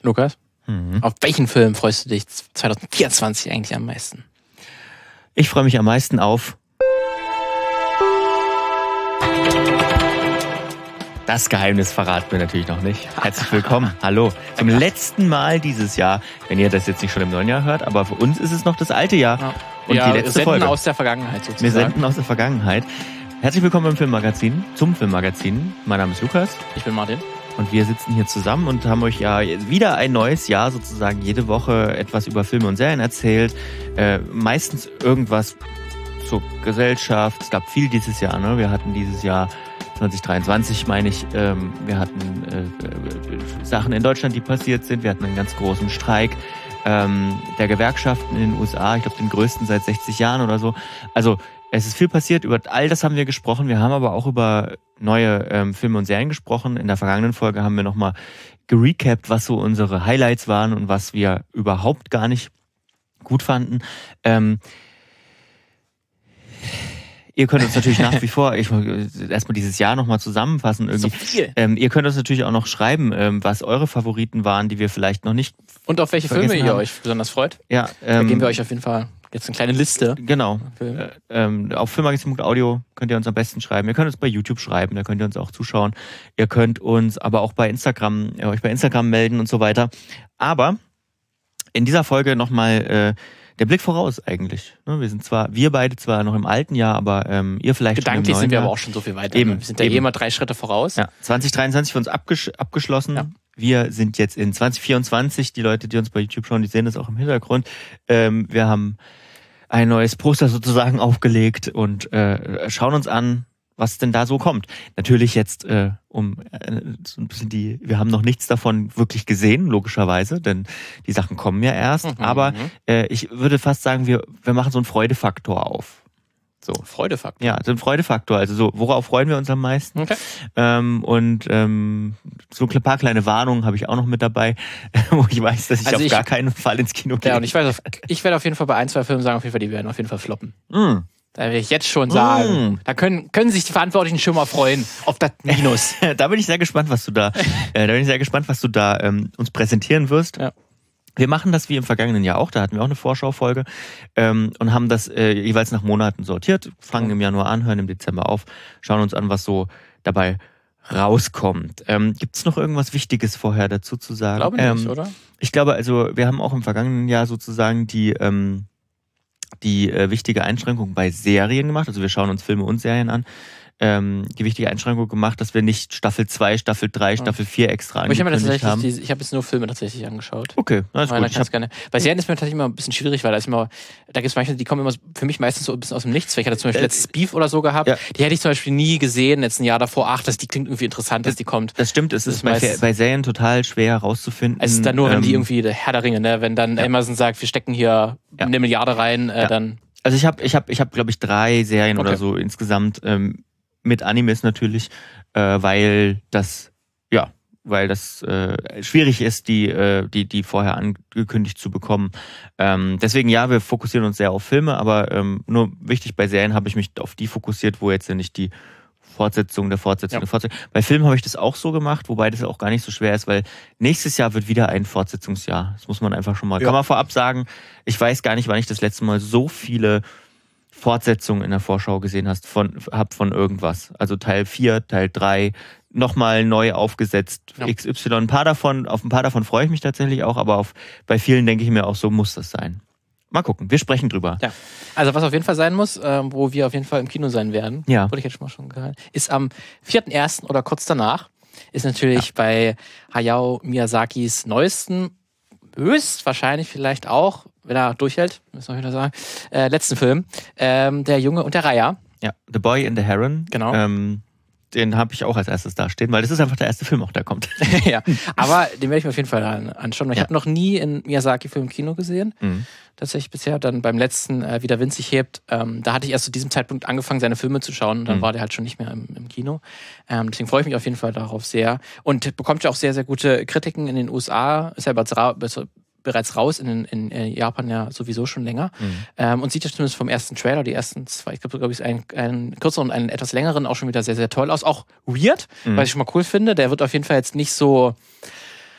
Lukas, auf welchen Film freust du dich 2024 eigentlich am meisten? Ich freue mich am meisten auf das Geheimnis verraten wir natürlich noch nicht. Herzlich willkommen, hallo. Zum letzten Mal dieses Jahr, wenn ihr das jetzt nicht schon im neuen Jahr hört, aber für uns ist es noch das alte Jahr. Ja. Und ja, die letzte wir Folge. senden aus der Vergangenheit sozusagen. Wir senden aus der Vergangenheit. Herzlich willkommen im Filmmagazin, zum Filmmagazin. Mein Name ist Lukas. Ich bin Martin. Und wir sitzen hier zusammen und haben euch ja wieder ein neues Jahr sozusagen jede Woche etwas über Filme und Serien erzählt. Meistens irgendwas zur Gesellschaft. Es gab viel dieses Jahr, ne? Wir hatten dieses Jahr 2023, meine ich, wir hatten Sachen in Deutschland, die passiert sind. Wir hatten einen ganz großen Streik der Gewerkschaften in den USA. Ich glaube, den größten seit 60 Jahren oder so. Also es ist viel passiert, über all das haben wir gesprochen. Wir haben aber auch über neue Filme und Serien gesprochen. In der vergangenen Folge haben wir nochmal gerecapt, was so unsere Highlights waren und was wir überhaupt gar nicht gut fanden. Ihr könnt uns natürlich nach wie vor, erstmal dieses Jahr nochmal zusammenfassen. Irgendwie. So viel. Ihr könnt uns natürlich auch noch schreiben, was eure Favoriten waren, die wir vielleicht noch nicht Und auf welche Filme ihr euch besonders freut. Ja, da geben wir euch auf jeden Fall jetzt eine kleine Liste. Genau. Auf filmmagazin.audio könnt ihr uns am besten schreiben. Ihr könnt uns bei YouTube schreiben, da könnt ihr uns auch zuschauen. Ihr könnt uns aber auch bei Instagram, euch bei Instagram melden und so weiter. Aber in dieser Folge nochmal der Blick voraus eigentlich. Wir beide zwar noch im alten Jahr, aber ihr vielleicht gedanklich schon im neuen sind wir Jahr. Aber auch schon so viel weiter. Eben, wir sind ja immer 3 Schritte voraus. Ja, 2023 für uns abgeschlossen. Ja. Wir sind jetzt in 2024. Die Leute, die uns bei YouTube schauen, die sehen das auch im Hintergrund. Wir haben ein neues Poster sozusagen aufgelegt und schauen uns an, was denn da so kommt. Natürlich jetzt so ein bisschen wir haben noch nichts davon wirklich gesehen, logischerweise, denn die Sachen kommen ja erst. Aber ich würde fast sagen, wir machen so einen Freudefaktor auf. So. Freudefaktor? Ja, so ein Freudefaktor. Also so, worauf freuen wir uns am meisten? Okay. So ein paar kleine Warnungen habe ich auch noch mit dabei, wo ich weiß, dass ich auf gar keinen Fall ins Kino gehe. Ja, und ich werde auf jeden Fall bei 1, 2 Filmen sagen, auf jeden Fall, die werden auf jeden Fall floppen. Da will ich jetzt schon sagen. Da können sich die Verantwortlichen schon mal freuen auf das Minus. Da bin ich sehr gespannt, was du da uns präsentieren wirst. Ja. Wir machen das wie im vergangenen Jahr auch, da hatten wir auch eine Vorschaufolge und haben das jeweils nach Monaten sortiert, fangen im Januar an, hören im Dezember auf, schauen uns an, was so dabei rauskommt. Gibt es noch irgendwas Wichtiges vorher dazu zu sagen? Ich glaube nicht, oder? Ich glaube, also wir haben auch im vergangenen Jahr sozusagen die wichtige Einschränkung bei Serien gemacht, also wir schauen uns Filme und Serien an, die wichtige Einschränkung gemacht, dass wir nicht Staffel 2, Staffel 3, Staffel 4 extra angekündigt haben. Ich habe jetzt nur Filme tatsächlich angeschaut. Okay, alles gut. Bei Serien ist mir tatsächlich immer ein bisschen schwierig, weil da gibt es manche, die kommen immer für mich meistens so ein bisschen aus dem Nichts. Ich hatte zum Beispiel letztes Beef oder so gehabt, die hätte ich zum Beispiel nie gesehen, jetzt ein Jahr davor, die klingt irgendwie interessant, dass die kommt. Das stimmt, es ist bei Serien total schwer herauszufinden. Es ist dann nur, wenn die irgendwie der Herr der Ringe, ne? Wenn dann Amazon sagt, wir stecken hier 1 Milliarde rein, dann... Also ich hab, glaube ich, 3 Serien oder so insgesamt, mit Animes natürlich, weil das schwierig ist, die vorher angekündigt zu bekommen. Deswegen wir fokussieren uns sehr auf Filme, aber nur wichtig, bei Serien habe ich mich auf die fokussiert, wo jetzt nicht die Fortsetzung der Fortsetzung. Bei Filmen habe ich das auch so gemacht, wobei das auch gar nicht so schwer ist, weil nächstes Jahr wird wieder ein Fortsetzungsjahr. Das muss man einfach schon mal, kann man vorab sagen. Ich weiß gar nicht, wann ich das letzte Mal so viele Fortsetzungen in der Vorschau gesehen habe von irgendwas. Also Teil 4, Teil 3, nochmal neu aufgesetzt, XY. Auf ein paar davon freue ich mich tatsächlich auch, aber bei vielen denke ich mir auch, so muss das sein. Mal gucken, wir sprechen drüber. Ja. Also was auf jeden Fall sein muss, wo wir auf jeden Fall im Kino sein werden, wurde ich jetzt schon gehört, ist am 4.1. oder kurz danach, ist natürlich bei Hayao Miyazakis neuesten, höchstwahrscheinlich vielleicht auch, wenn er durchhält, müssen wir wieder sagen, letzten Film, Der Junge und der Reiher. Ja, The Boy and the Heron. Genau. Den habe ich auch als erstes dastehen, weil das ist einfach der erste Film auch, der kommt. Ja, aber den werde ich mir auf jeden Fall anschauen. Ich habe noch nie einen Miyazaki-Film im Kino gesehen. Tatsächlich bisher. Dann beim letzten, Wie der Wind sich hebt, da hatte ich erst zu diesem Zeitpunkt angefangen, seine Filme zu schauen. Und dann war der halt schon nicht mehr im Kino. Deswegen freue ich mich auf jeden Fall darauf sehr. Und bekommt ja auch sehr, sehr gute Kritiken in den USA. Ist ja bereits raus, in Japan ja sowieso schon länger. Und sieht ja zumindest vom ersten Trailer, die ersten 2, ich glaube, einen kürzeren und einen etwas längeren auch schon wieder sehr, sehr toll aus. Auch weird, was ich schon mal cool finde. Der wird auf jeden Fall jetzt nicht so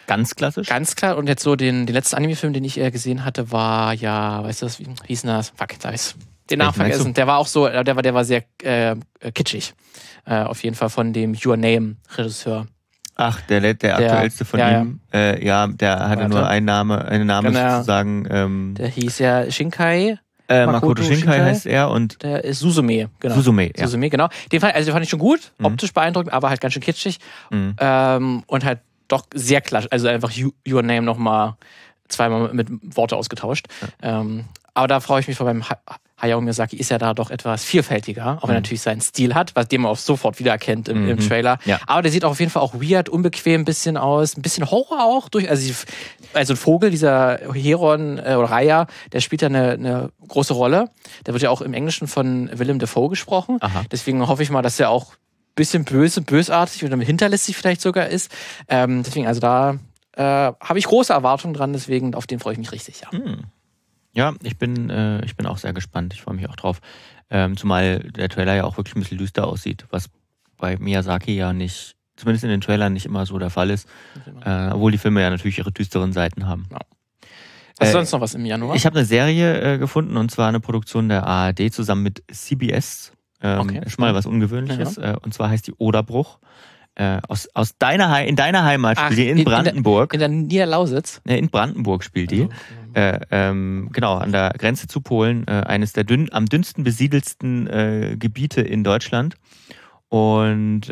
Ganz klassisch? Ganz klar. Und jetzt so den letzten Anime-Film, den ich gesehen hatte, war ja, weißt du das, wie hieß denn das? Fuck, jetzt hab ich's den Namen vergessen. Der war auch so, der war sehr kitschig. Auf jeden Fall von dem Your Name-Regisseur. Ach, der aktuellste von ihm. Ja, der hatte nur einen Namen sozusagen. Der hieß ja Shinkai. Makoto Shinkai heißt er und der ist Suzume, genau. Suzume, genau. Den fand ich schon gut, optisch beeindruckend, aber halt ganz schön kitschig. Und halt doch sehr klassisch, also einfach Your Name nochmal zweimal mit Worte ausgetauscht. Aber da freue ich mich vor, beim Hayao Miyazaki ist ja da doch etwas vielfältiger, auch wenn er natürlich seinen Stil hat, was den man auch sofort wiedererkennt im Trailer. Ja. Aber der sieht auch auf jeden Fall auch weird, unbequem ein bisschen aus, ein bisschen Horror auch also ein Vogel, dieser Heron oder Raya, der spielt ja eine große Rolle. Der wird ja auch im Englischen von Willem Dafoe gesprochen. Aha. Deswegen hoffe ich mal, dass er auch ein bisschen bösartig oder hinterlistig vielleicht sogar ist. Deswegen, also da habe ich große Erwartungen dran, deswegen auf den freue ich mich richtig, ja. Ja, ich bin auch sehr gespannt. Ich freue mich auch drauf. Zumal der Trailer ja auch wirklich ein bisschen düster aussieht, was bei Miyazaki ja nicht, zumindest in den Trailern nicht immer so der Fall ist. Obwohl die Filme ja natürlich ihre düsteren Seiten haben. Ja. Hast du sonst noch was im Januar? Ich habe eine Serie gefunden, und zwar eine Produktion der ARD zusammen mit CBS. Schon mal was Ungewöhnliches. Ja. Und zwar heißt die Oderbruch. In deiner Heimat spielt die in Brandenburg. In der Niederlausitz? In Brandenburg spielt die. Genau, an der Grenze zu Polen. Eines der am dünnsten besiedelsten Gebiete in Deutschland. Und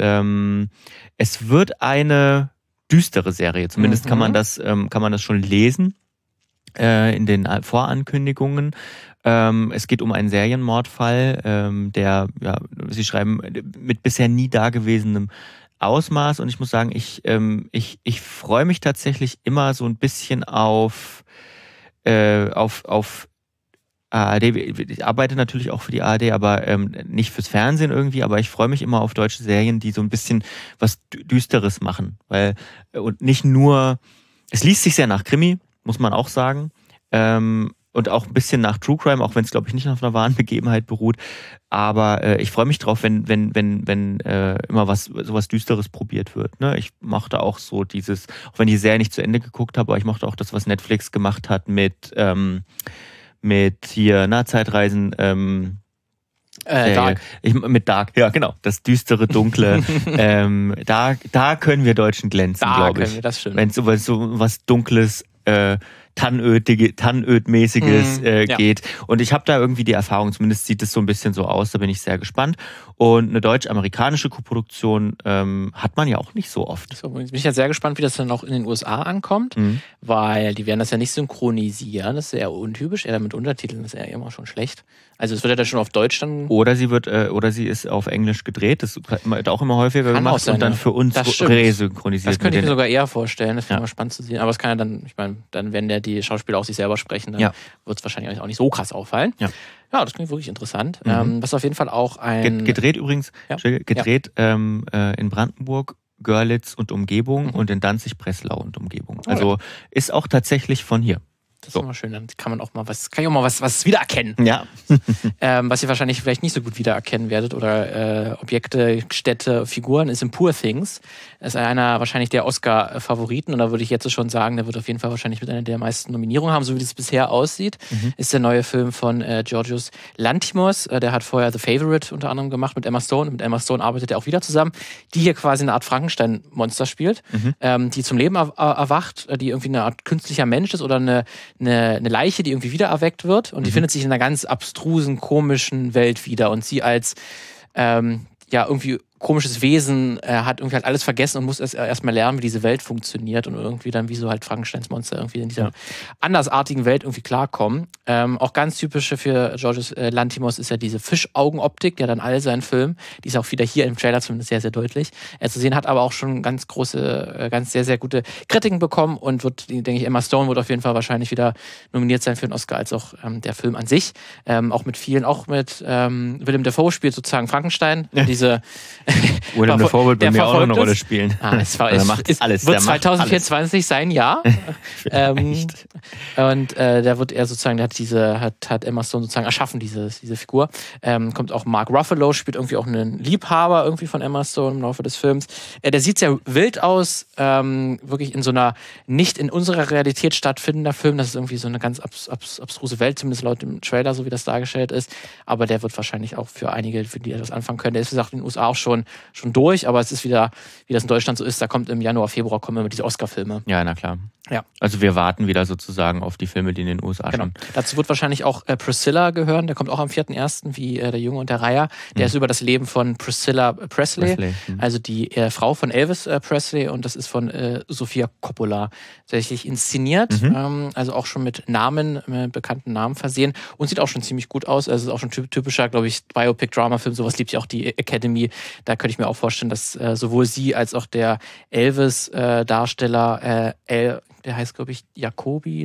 es wird eine düstere Serie. Zumindest kann man das schon lesen in den Vorankündigungen. Es geht um einen Serienmordfall, der, ja, Sie schreiben, mit bisher nie dagewesenem Ausmaß, und ich muss sagen, ich freue mich tatsächlich immer so ein bisschen auf ARD. Ich arbeite natürlich auch für die ARD, aber nicht fürs Fernsehen irgendwie, aber ich freue mich immer auf deutsche Serien, die so ein bisschen was Düsteres machen, und nicht nur, es liest sich sehr nach Krimi, muss man auch sagen, und auch ein bisschen nach True Crime, auch wenn es, glaube ich, nicht auf einer wahren Begebenheit beruht. Aber ich freue mich drauf, wenn immer sowas Düsteres probiert wird. Ne? Ich mochte auch so auch wenn die Serie nicht zu Ende geguckt habe, aber ich mochte auch das, was Netflix gemacht hat mit hier, Zeitreisen, Dark. Mit Dark, ja genau. Das düstere, dunkle. Da können wir Deutschen glänzen, glaube ich. Da können wir, das stimmt. Wenn es so was Dunkles, Tannöd-mäßiges geht. Und ich habe da irgendwie die Erfahrung, zumindest sieht es so ein bisschen so aus, da bin ich sehr gespannt. Und eine deutsch-amerikanische Koproduktion hat man ja auch nicht so oft. So, jetzt bin ich ja sehr gespannt, wie das dann auch in den USA ankommt, weil die werden das ja nicht synchronisieren, das ist sehr untypisch, eher mit Untertiteln, das ist ja immer schon schlecht. Also es wird ja dann schon auf Deutsch dann... Oder sie ist auf Englisch gedreht, das wird auch immer häufiger gemacht und dann für uns resynchronisiert. Das könnte ich mir sogar eher vorstellen, das finde ich mal spannend zu sehen. Aber es kann ja dann, ich meine, dann werden ja die Schauspieler auch sich selber sprechen, dann wird es wahrscheinlich auch nicht so krass auffallen. Ja, das klingt wirklich interessant. Was auf jeden Fall auch gedreht übrigens, in Brandenburg, Görlitz und Umgebung und in Danzig, Breslau und Umgebung. Also ist auch tatsächlich von hier. Das ist immer schön, dann kann ich auch mal was wiedererkennen. Ja. Was ihr wahrscheinlich vielleicht nicht so gut wiedererkennen werdet oder Objekte, Städte, Figuren, ist in Poor Things. Das ist einer wahrscheinlich der Oscar-Favoriten und da würde ich jetzt schon sagen, der wird auf jeden Fall wahrscheinlich mit einer der meisten Nominierungen haben, so wie das bisher aussieht. Ist der neue Film von Georgios Lanthimos. Der hat vorher The Favourite unter anderem gemacht mit Emma Stone. Mit Emma Stone arbeitet er auch wieder zusammen, die hier quasi eine Art Frankenstein-Monster spielt, die zum Leben erwacht, die irgendwie eine Art künstlicher Mensch ist oder eine Leiche, die irgendwie wiedererweckt wird und die findet sich in einer ganz abstrusen, komischen Welt wieder und sie als irgendwie komisches Wesen hat irgendwie halt alles vergessen und muss erst mal lernen, wie diese Welt funktioniert und irgendwie dann wie so halt Frankensteins Monster irgendwie in dieser andersartigen Welt irgendwie klarkommen. Auch ganz typische für Georgios Lanthimos ist ja diese Fischaugenoptik, der dann all seinen Filmen, die ist auch wieder hier im Trailer zumindest sehr, sehr deutlich zu sehen, hat aber auch schon ganz sehr, sehr gute Kritiken bekommen und wird, denke ich, Emma Stone wird auf jeden Fall wahrscheinlich wieder nominiert sein für den Oscar, als auch der Film an sich. Auch mit Willem Dafoe spielt sozusagen Frankenstein, diese Willem Dafoe wird bei mir auch noch eine Rolle spielen. Es wird 2024 sein Jahr. Und der wird eher sozusagen, der hat Emma Stone sozusagen erschaffen, diese Figur. Kommt auch Mark Ruffalo, spielt irgendwie auch einen Liebhaber irgendwie von Emma Stone im Laufe des Films. Der sieht sehr wild aus, wirklich in so einer nicht in unserer Realität stattfindender Film. Das ist irgendwie so eine ganz abstruse Welt, zumindest laut dem Trailer, so wie das dargestellt ist. Aber der wird wahrscheinlich auch für einige, für die etwas anfangen können. Der ist, wie gesagt, in den USA auch schon durch, aber es ist wieder, wie das in Deutschland so ist, da kommt im Januar, Februar kommen immer diese Oscar-Filme. Ja, na klar. Ja. Also wir warten wieder sozusagen auf die Filme, die in den USA schon. Dazu wird wahrscheinlich auch Priscilla gehören, der kommt auch am 4.1. wie der Junge und der Reiher. Der ist über das Leben von Priscilla Presley. Also die Frau von Elvis Presley, und das ist von Sofia Coppola tatsächlich inszeniert. Also auch schon mit bekannten Namen versehen und sieht auch schon ziemlich gut aus. Also es ist auch schon typischer, glaube ich, Biopic-Drama-Film. Sowas liebt ja auch die Academy. Da könnte ich mir auch vorstellen, dass sowohl sie als auch der Elvis-Darsteller der heißt, glaube ich, Jacobi,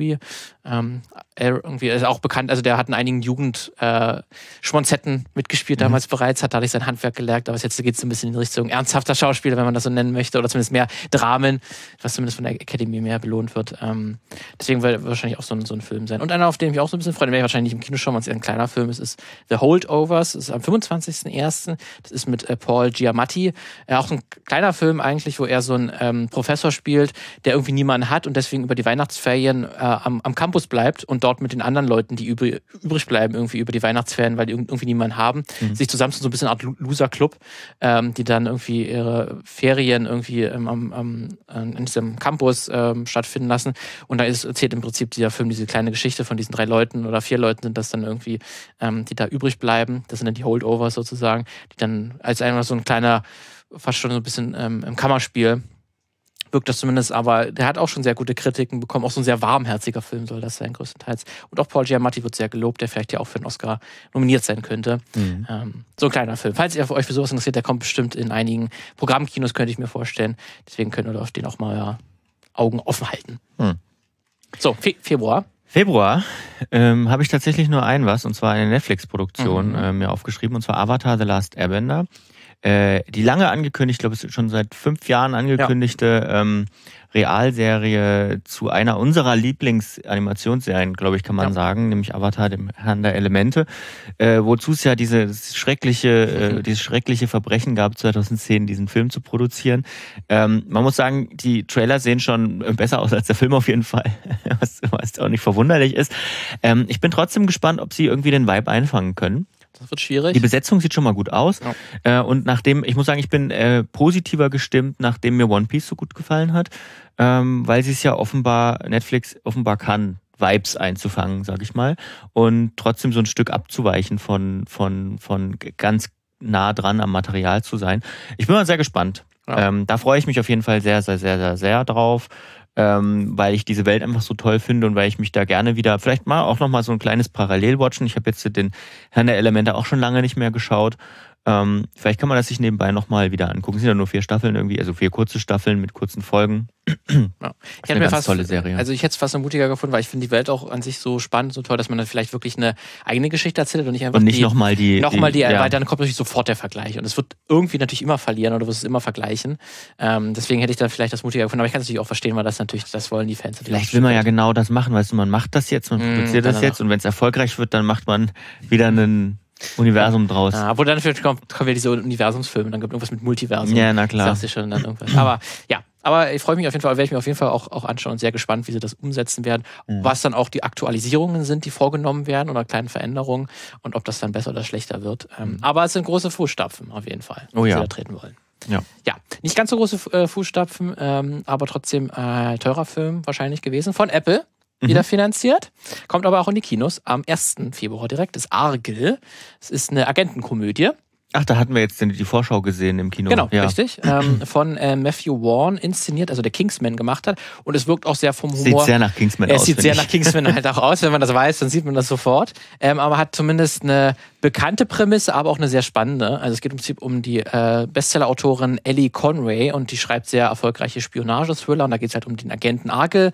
irgendwie ist auch bekannt, also der hat in einigen Jugend-Schmonzetten mitgespielt damals bereits, hat dadurch sein Handwerk gelernt, aber jetzt geht es ein bisschen in Richtung ernsthafter Schauspieler, wenn man das so nennen möchte, oder zumindest mehr Dramen, was zumindest von der Academy mehr belohnt wird. Deswegen wird wahrscheinlich auch so ein Film sein. Und einer, auf den ich mich auch so ein bisschen freue, den werde ich wahrscheinlich nicht im Kino schauen, weil es eher ein kleiner Film ist The Holdovers. Das ist am 25.01. Das ist mit Paul Giamatti. Auch ein kleiner Film eigentlich, wo er so einen Professor spielt, der irgendwie niemanden hat und deswegen über die Weihnachtsferien am Campus bleibt und dort mit den anderen Leuten, die übrig bleiben, irgendwie über die Weihnachtsferien, weil die irgendwie niemanden haben, sich zusammen zu so ein bisschen eine Art Loser-Club, die dann irgendwie ihre Ferien irgendwie in diesem Campus stattfinden lassen. Und da erzählt im Prinzip dieser Film diese kleine Geschichte von diesen 3 Leuten oder 4 Leuten sind das dann irgendwie, die da übrig bleiben. Das sind dann die Holdovers sozusagen, die dann als einfach so ein kleiner, fast schon so ein bisschen im Kammerspiel wirkt das zumindest, aber der hat auch schon sehr gute Kritiken bekommen. Auch so ein sehr warmherziger Film soll das sein, größtenteils. Und auch Paul Giamatti wird sehr gelobt, der vielleicht ja auch für einen Oscar nominiert sein könnte. So ein kleiner Film. Falls ihr euch für sowas interessiert, der kommt bestimmt in einigen Programmkinos, könnte ich mir vorstellen. Deswegen könnt ihr auf den auch mal Augen offen halten. So, Februar. Habe ich tatsächlich nur und zwar eine Netflix-Produktion mir aufgeschrieben, und zwar Avatar The Last Airbender. Die lange angekündigt, ich glaube, es ist schon seit 5 Jahren angekündigte Realserie zu einer unserer Lieblingsanimationsserien, glaube ich, kann man sagen, nämlich Avatar, dem Herrn der Elemente, wozu es ja dieses schreckliche Verbrechen gab, 2010 diesen Film zu produzieren. Man muss sagen, die Trailer sehen schon besser aus als der Film auf jeden Fall, was auch nicht verwunderlich ist. Ich bin trotzdem gespannt, ob sie irgendwie den Vibe einfangen können. Das wird schwierig. Die Besetzung sieht schon mal gut aus. Und ich muss sagen, ich bin positiver gestimmt, nachdem mir One Piece so gut gefallen hat, weil sie es ja Netflix offenbar kann, Vibes einzufangen, sag ich mal, und trotzdem so ein Stück abzuweichen von ganz nah dran am Material zu sein. Ich bin mal sehr gespannt. Da freue ich mich auf jeden Fall sehr, sehr, sehr, sehr, sehr drauf. Weil ich diese Welt einfach so toll finde und weil ich mich da gerne wieder, vielleicht mal auch nochmal so ein kleines Parallelwatchen. Ich habe jetzt den Herrn der Elemente auch schon lange nicht mehr geschaut. Vielleicht kann man das sich nebenbei nochmal wieder angucken. Es sind ja nur 4 Staffeln irgendwie, also 4 kurze Staffeln mit kurzen Folgen. Ja. Ich hätte mir fast tolle Serie. Also ich hätte es fast mutiger gefunden, weil ich finde die Welt auch an sich so spannend, so toll, dass man dann vielleicht wirklich eine eigene Geschichte erzählt und nicht einfach nochmal die weil dann kommt natürlich sofort der Vergleich und es wird irgendwie natürlich immer verlieren oder du wirst es immer vergleichen. Deswegen hätte ich da vielleicht das mutiger gefunden, aber ich kann es natürlich auch verstehen, weil das wollen die Fans natürlich. Vielleicht will man ja genau das machen, weißt du, man macht das jetzt, man produziert das jetzt und wenn es erfolgreich wird, dann macht man wieder einen Universum draus. Ja, aber dann kommen ja diese Universumsfilme, dann gibt irgendwas mit Multiversum. Ja, na klar. Sagst du schon dann irgendwas. Aber ich freue mich auf jeden Fall, werde ich mir auf jeden Fall auch anschauen und sehr gespannt, wie sie das umsetzen werden. Was dann auch die Aktualisierungen sind, die vorgenommen werden oder kleine Veränderungen und ob das dann besser oder schlechter wird. Aber es sind große Fußstapfen auf jeden Fall, die sie da treten wollen. Ja, nicht ganz so große Fußstapfen, aber trotzdem teurer Film wahrscheinlich gewesen von Apple. Wieder finanziert, kommt aber auch in die Kinos am 1. Februar direkt, ist Argylle. Es ist eine Agentenkomödie. Ach, da hatten wir jetzt die Vorschau gesehen im Kino. Genau, richtig. Von Matthew Vaughn inszeniert, also der Kingsman gemacht hat. Und es wirkt auch sehr vom Humor. Sieht sehr nach Kingsman aus. Es sieht sehr nach Kingsman halt auch aus. Wenn man das weiß, dann sieht man das sofort. Aber hat zumindest eine bekannte Prämisse, aber auch eine sehr spannende. Also es geht im Prinzip um die Bestseller-Autorin Ellie Conway und die schreibt sehr erfolgreiche Spionage-Thriller. Und da geht es halt um den Agenten Argylle.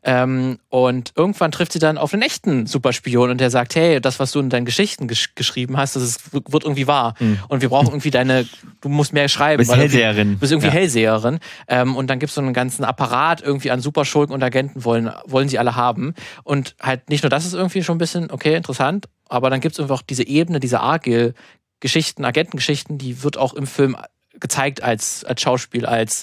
Und irgendwann trifft sie dann auf einen echten Superspion und der sagt, hey, das, was du in deinen Geschichten geschrieben hast, wird irgendwie wahr. und wir brauchen irgendwie du musst mehr schreiben. Du bist Hellseherin. Du bist irgendwie Hellseherin. Und dann gibt es so einen ganzen Apparat irgendwie an Superschurken und Agenten wollen sie alle haben. Und halt nicht nur das ist irgendwie schon ein bisschen, okay, interessant, aber dann gibt es einfach diese Ebene, diese Argyll-Geschichten, Agentengeschichten, die wird auch im Film gezeigt als Schauspiel, als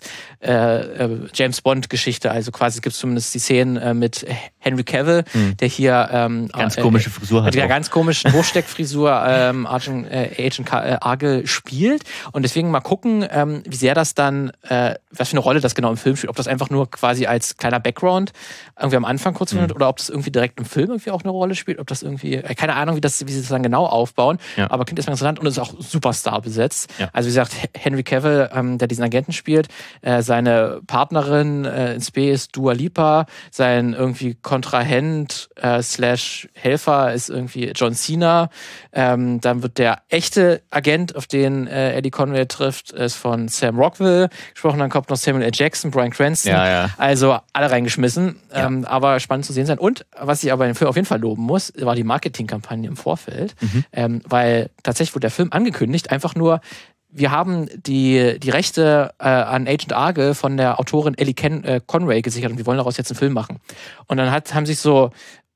James Bond-Geschichte. Also quasi gibt es zumindest die Szenen mit Henry Cavill, der hier ganz komische Frisur hat. Mit einer ganz komischen Hochsteckfrisur Agent Argyll spielt. Und deswegen mal gucken, wie sehr das dann, was für eine Rolle das genau im Film spielt. Ob das einfach nur quasi als kleiner Background irgendwie am Anfang kurz findet oder ob das irgendwie direkt im Film irgendwie auch eine Rolle spielt. Ob das irgendwie, keine Ahnung, wie sie das dann genau aufbauen. Ja. Aber klingt erstmal interessant und ist auch Superstar besetzt. Ja. Also wie gesagt, Henry Cavill, der diesen Agenten spielt, seine Partnerin in Spee ist Dua Lipa, sein irgendwie Kontrahent / Helfer ist irgendwie John Cena. Dann wird der echte Agent, auf den Eddie Conway trifft, ist von Sam Rockwell gesprochen. Dann kommt noch Samuel L. Jackson, Bryan Cranston. Ja. Also alle reingeschmissen. Aber spannend zu sehen sein. Und was ich aber in dem Film auf jeden Fall loben muss, war die Marketingkampagne im Vorfeld. Weil tatsächlich wurde der Film angekündigt, einfach nur wir haben die Rechte an Agent Argyll von der Autorin Ellie Conway gesichert und wir wollen daraus jetzt einen Film machen. Und dann haben sich so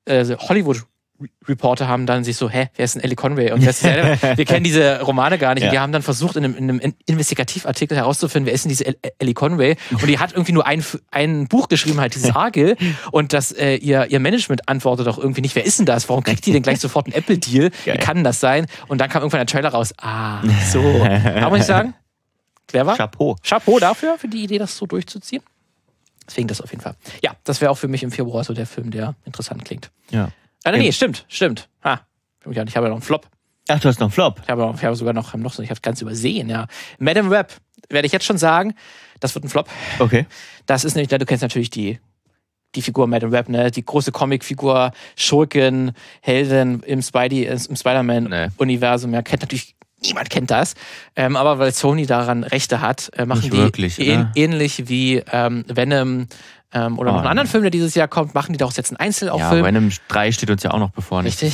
Hollywood-Reporter haben dann sich so, wer ist denn Ellie Conway? Und wir kennen diese Romane gar nicht. Ja. Und die haben dann versucht, in einem Investigativartikel herauszufinden, wer ist denn diese Ellie Conway? Und die hat irgendwie nur ein Buch geschrieben, halt dieses Argyll. Und das ihr Management antwortet doch irgendwie nicht, wer ist denn das? Warum kriegt die denn gleich sofort einen Apple-Deal? Wie kann das sein? Und dann kam irgendwann der Trailer raus. So. Kann man nicht sagen? Clever. Chapeau dafür, für die Idee, das so durchzuziehen. Deswegen das auf jeden Fall. Ja, das wäre auch für mich im Februar so der Film, der interessant klingt. Ja. Nee, stimmt. Ich habe ja noch einen Flop. Ach, du hast noch einen Flop? Ich habe sogar noch so, ich habe es ganz übersehen, ja. Madame Web, werde ich jetzt schon sagen, das wird ein Flop. Okay. Das ist nämlich, du kennst natürlich die Figur Madame Web, ne? Die große Comicfigur, Schurkin, Heldin im Spider-Man-Universum. Ja, niemand kennt das. Aber weil Sony daran Rechte hat, machen nicht die wirklich, ähnlich wie Venom oder noch einen anderen Film, der dieses Jahr kommt, machen die daraus jetzt einen Einzelaufilm. Ja, Venom 3 steht uns ja auch noch bevor. Richtig.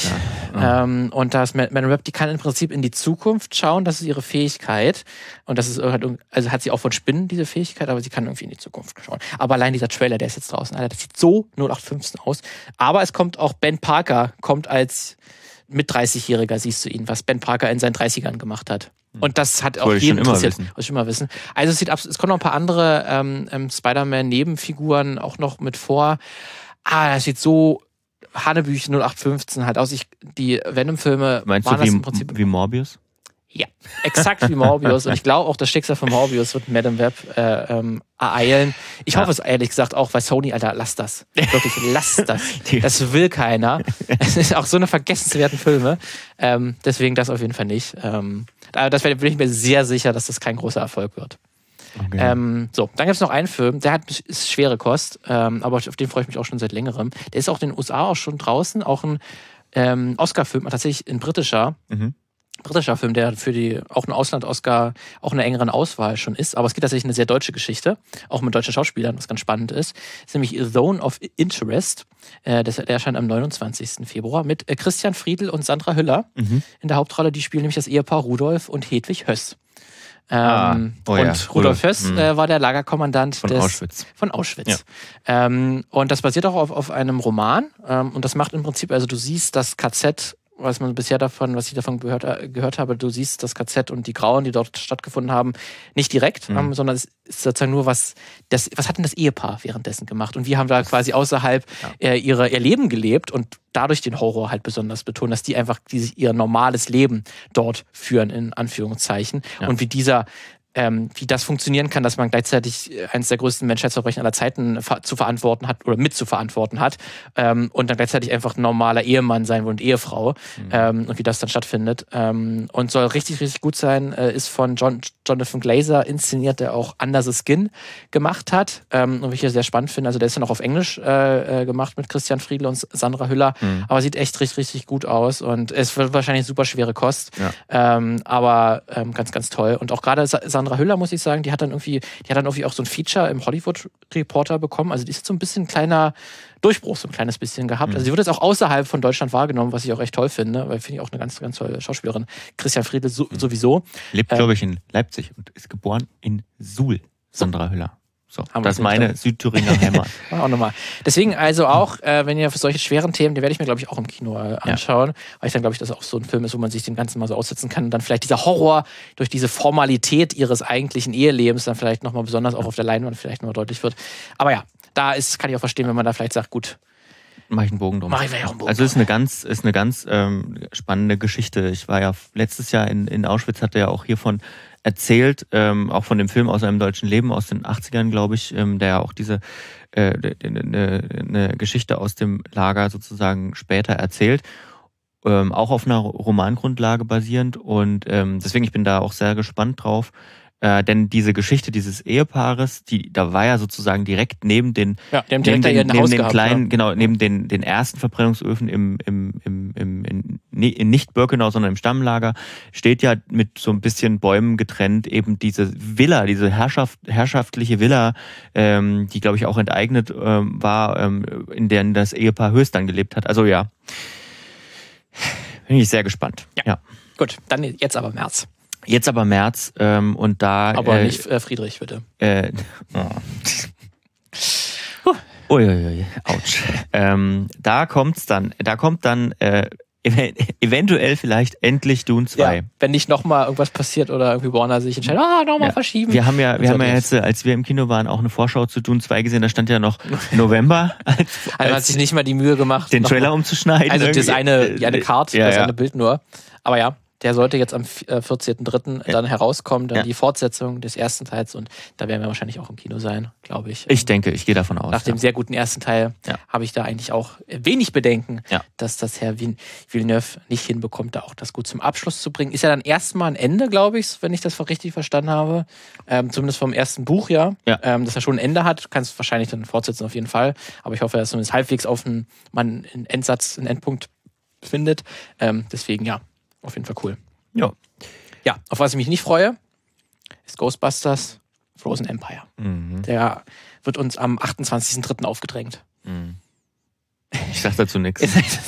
Und das Madame Web, die kann im Prinzip in die Zukunft schauen, das ist ihre Fähigkeit. Und das ist also hat sie auch von Spinnen, diese Fähigkeit, aber sie kann irgendwie in die Zukunft schauen. Aber allein dieser Trailer, der ist jetzt draußen, Alter, das sieht so 0815 aus. Aber es kommt auch Ben Parker, kommt als mit 30-Jähriger, siehst du ihn, was Ben Parker in seinen 30ern gemacht hat. Und das hat auch jeden interessiert. Wollte ich schon immer wissen. Also es kommen noch ein paar andere Spider-Man-Nebenfiguren auch noch mit vor. Das sieht so Hanebüchen 0815 halt aus. Die Venom-Filme meinst waren du im Prinzip wie Morbius? Ja, exakt wie Morbius. Und ich glaube auch, das Schicksal von Morbius wird Madame Web ereilen. Ich hoffe es ehrlich gesagt auch, weil Sony, Alter, lass das. Wirklich, lass das. Das will keiner. Es ist auch so eine vergessenswerten Filme. Deswegen das auf jeden Fall nicht. Bin ich mir sehr sicher, dass das kein großer Erfolg wird. Okay. Dann gibt es noch einen Film, der ist schwere Kost, aber auf den freue ich mich auch schon seit längerem. Der ist auch in den USA auch schon draußen, auch ein Oscar-Film, tatsächlich ein britischer Film, der für auch ein Ausland-Oscar, auch in einer engeren Auswahl schon ist. Aber es geht tatsächlich eine sehr deutsche Geschichte, auch mit deutschen Schauspielern, was ganz spannend ist. Das ist nämlich Zone of Interest. Der erscheint am 29. Februar mit Christian Friedl und Sandra Hüller in der Hauptrolle. Die spielen nämlich das Ehepaar Rudolf und Hedwig Höss. Rudolf Höss war der Lagerkommandant von Auschwitz. Ja. Und das basiert auch auf einem Roman. Und das macht im Prinzip, also du siehst das KZ, was ich davon gehört habe, du siehst das KZ und die Grauen, die dort stattgefunden haben, nicht direkt, sondern es ist sozusagen nur was hat denn das Ehepaar währenddessen gemacht? Und wir haben da quasi außerhalb ihr Leben gelebt und dadurch den Horror halt besonders betont, dass die einfach ihr normales Leben dort führen, in Anführungszeichen. Ja. Und wie das funktionieren kann, dass man gleichzeitig eines der größten Menschheitsverbrechen aller Zeiten zu verantworten hat oder mit zu verantworten hat und dann gleichzeitig einfach ein normaler Ehemann sein will und Ehefrau und wie das dann stattfindet. Und soll richtig, richtig gut sein, ist von Jonathan Glazer inszeniert, der auch Under the Skin gemacht hat und wie ich sehr spannend finde. Also der ist dann auch auf Englisch gemacht mit Christian Friedl und Sandra Hüller, aber sieht echt richtig, richtig gut aus und es wird wahrscheinlich super schwere Kost, aber ganz, ganz toll. Und auch gerade Sandra Sandra Hüller, muss ich sagen, die hat dann irgendwie auch so ein Feature im Hollywood Reporter bekommen. Also die ist so ein bisschen ein kleiner Durchbruch, so ein kleines bisschen gehabt. Also sie wird jetzt auch außerhalb von Deutschland wahrgenommen, was ich auch echt toll finde, weil finde ich auch eine ganz, ganz tolle Schauspielerin. Christian Friedl sowieso. Lebt, glaube ich, in Leipzig und ist geboren in Suhl, Sandra Hüller. So, das ist meine Südthüringer Heimat. Auch nochmal. Deswegen also auch, wenn ihr für solche schweren Themen, die werde ich mir, glaube ich, auch im Kino anschauen, weil ich dann, glaube ich, dass auch so ein Film ist, wo man sich dem Ganzen mal so aussetzen kann und dann vielleicht dieser Horror durch diese Formalität ihres eigentlichen Ehelebens dann vielleicht nochmal besonders auch auf der Leinwand vielleicht nochmal deutlich wird. Aber ja, kann ich auch verstehen, wenn man da vielleicht sagt, gut, mache ich einen Bogen drum. Mach ich auch einen Bogen also ist eine ganz spannende Geschichte. Ich war ja letztes Jahr in Auschwitz, hatte ja auch hiervon erzählt, auch von dem Film aus einem deutschen Leben aus den 80ern, glaube ich, der ja auch diese eine Geschichte aus dem Lager sozusagen später erzählt, auch auf einer Romangrundlage basierend und deswegen, ich bin da auch sehr gespannt drauf. Denn diese Geschichte dieses Ehepaares, da war ja sozusagen direkt neben den kleinen, genau, neben den ersten Verbrennungsöfen in nicht Birkenau, sondern im Stammlager, steht ja mit so ein bisschen Bäumen getrennt eben diese Villa, diese herrschaftliche Villa, die, glaube ich, auch enteignet war, in der das Ehepaar Höchst dann gelebt hat. Also ja, bin ich sehr gespannt. Ja. Gut, dann jetzt aber März. Jetzt aber März und da... Aber nicht Friedrich, bitte. Uiuiui, ouch. Da kommt dann eventuell vielleicht endlich Dune 2. Ja, wenn nicht nochmal irgendwas passiert oder irgendwie Warner sich entscheidet, nochmal verschieben. Wir haben ja jetzt, als wir im Kino waren, auch eine Vorschau zu Dune 2 gesehen, da stand ja noch November. Also man hat sich nicht mal die Mühe gemacht, den Trailer umzuschneiden. Also das eine Karte, das eine Bild nur. Aber ja. Der sollte jetzt am 14.03. dann herauskommen, dann die Fortsetzung des ersten Teils und da werden wir wahrscheinlich auch im Kino sein, glaube ich. Ich denke, ich gehe davon aus. Nach dem sehr guten ersten Teil habe ich da eigentlich auch wenig Bedenken, dass das Herr Villeneuve nicht hinbekommt, da auch das gut zum Abschluss zu bringen. Ist ja dann erstmal ein Ende, glaube ich, wenn ich das richtig verstanden habe. Zumindest vom ersten Buch, dass er schon ein Ende hat. Kannst du wahrscheinlich dann fortsetzen auf jeden Fall. Aber ich hoffe, dass zumindest halbwegs einen Endpunkt findet. Deswegen auf jeden Fall cool. Ja. Ja, auf was ich mich nicht freue, ist Ghostbusters Frozen Empire. Mhm. Der wird uns am 28.03. aufgedrängt. Mhm. Ich sag dazu nichts.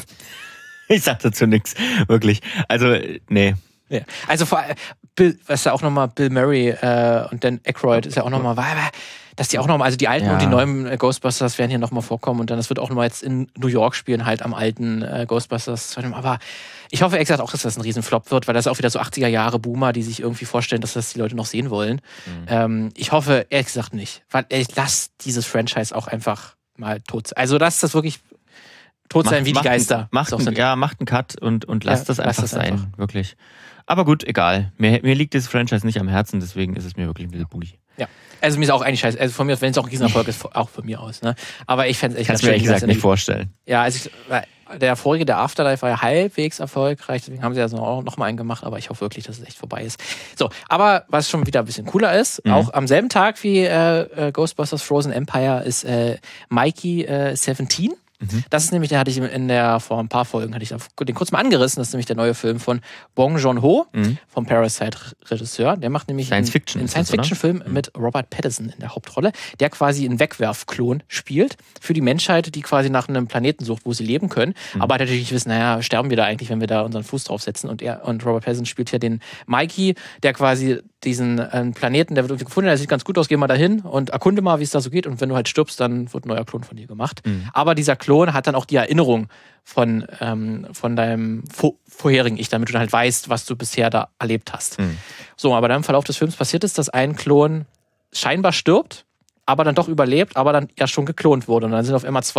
Wirklich. Also, nee. Ja. Also vor allem, was ja auch nochmal Bill Murray und Dan Aykroyd ist ja auch nochmal, dass die auch nochmal, also die alten und die neuen Ghostbusters werden hier nochmal vorkommen und dann, das wird auch nochmal jetzt in New York spielen, halt am alten Ghostbusters. Aber ich hoffe ehrlich gesagt auch, dass das ein Riesenflop wird, weil das ist auch wieder so 80er Jahre Boomer, die sich irgendwie vorstellen, dass das die Leute noch sehen wollen. Mhm. Ich hoffe ehrlich gesagt nicht, weil ich lasse dieses Franchise auch einfach mal tot sein. Also lasst das wirklich tot sein wie die Geister. Macht einen Cut und lasst das einfach sein, wirklich. Aber gut, egal. Mir liegt dieses Franchise nicht am Herzen, deswegen ist es mir wirklich ein bisschen buggy. Ja. Also mir ist auch eigentlich scheiße. Also von mir, wenn es auch ein Riesenerfolg ist, auch von mir aus. Ne? Aber ich fände es echt... Kannst du mir ehrlich gesagt nicht vorstellen. Ja, also der vorige, der Afterlife, war ja halbwegs erfolgreich. Deswegen haben sie ja so auch noch mal einen gemacht. Aber ich hoffe wirklich, dass es echt vorbei ist. So, aber was schon wieder ein bisschen cooler ist, auch am selben Tag wie Ghostbusters Frozen Empire ist Mikey 17. Das ist nämlich, vor ein paar Folgen hatte ich den kurz mal angerissen, das ist nämlich der neue Film von Bong Joon-ho, vom Parasite-Regisseur. Der macht nämlich einen Science-Fiction-Film mit Robert Pattinson in der Hauptrolle, der quasi einen Wegwerfklon spielt für die Menschheit, die quasi nach einem Planeten sucht, wo sie leben können. Aber natürlich wissen, sterben wir da eigentlich, wenn wir da unseren Fuß draufsetzen. Und Robert Pattinson spielt hier den Mikey, der quasi diesen Planeten, der wird irgendwie gefunden, der sieht ganz gut aus, geh mal dahin und erkunde mal, wie es da so geht. Und wenn du halt stirbst, dann wird ein neuer Klon von dir gemacht. Aber dieser Klon hat dann auch die Erinnerung von deinem vorherigen Ich, damit du dann halt weißt, was du bisher da erlebt hast. So, aber dann im Verlauf des Films passiert ist, dass ein Klon scheinbar stirbt, aber dann doch überlebt, aber dann ja schon geklont wurde. Und dann sind auf einmal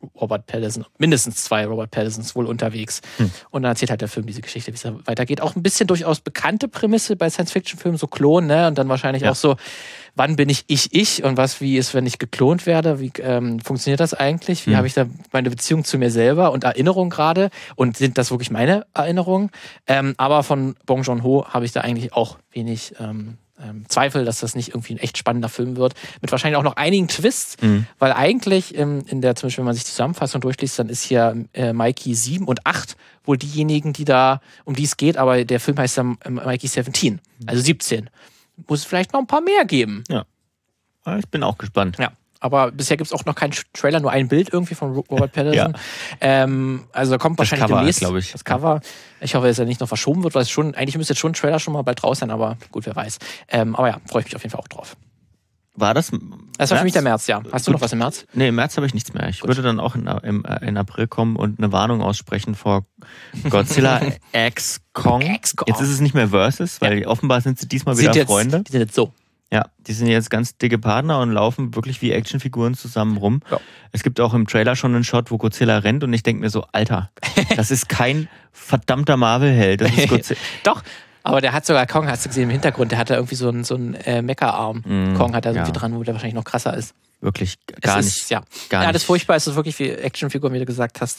mindestens zwei Robert Pattinsons wohl unterwegs. Und dann erzählt halt der Film diese Geschichte, wie es da weitergeht. Auch ein bisschen durchaus bekannte Prämisse bei Science-Fiction-Filmen, so Klon, ne? Und dann wahrscheinlich auch so, wann bin ich und wie ist, wenn ich geklont werde? Wie funktioniert das eigentlich? Wie habe ich da meine Beziehung zu mir selber und Erinnerungen gerade? Und sind das wirklich meine Erinnerungen? Aber von Bong Joon-ho habe ich da eigentlich auch wenig Zweifel, dass das nicht irgendwie ein echt spannender Film wird. Mit wahrscheinlich auch noch einigen Twists, weil eigentlich zum Beispiel, wenn man sich die Zusammenfassung durchliest, dann ist hier Mikey 7 und 8 wohl diejenigen, um die es geht, aber der Film heißt dann Mikey 17, also 17. muss es vielleicht noch ein paar mehr geben. Ja. Ich bin auch gespannt. Ja. Aber bisher gibt es auch noch keinen Trailer, nur ein Bild irgendwie von Robert Pattinson. Ja. Also da kommt wahrscheinlich demnächst das Cover. Ich hoffe, dass er nicht noch verschoben wird, weil es schon, eigentlich müsste jetzt schon ein Trailer schon mal bald raus sein, aber gut, wer weiß. Aber ja, freue ich mich auf jeden Fall auch drauf. War das? Das war für mich der März, ja. Hast du noch was im März? Nee, im März habe ich nichts mehr. Ich würde dann auch in April kommen und eine Warnung aussprechen vor Godzilla X Kong. Jetzt ist es nicht mehr Versus, weil offenbar sind sie diesmal wieder Freunde. Die sind jetzt so. Ja, die sind jetzt ganz dicke Partner und laufen wirklich wie Actionfiguren zusammen rum. Ja. Es gibt auch im Trailer schon einen Shot, wo Godzilla rennt und ich denke mir so, Alter, das ist kein verdammter Marvel-Held. Das ist Godzilla. Doch, aber der hat sogar Kong, hast du gesehen im Hintergrund, der hat da irgendwie so einen Mecha-Arm. Kong hat da irgendwie dran, wo der wahrscheinlich noch krasser ist. Wirklich gar nicht. Ja, das ist furchtbar, es ist wirklich wie Actionfigur, wie du gesagt hast.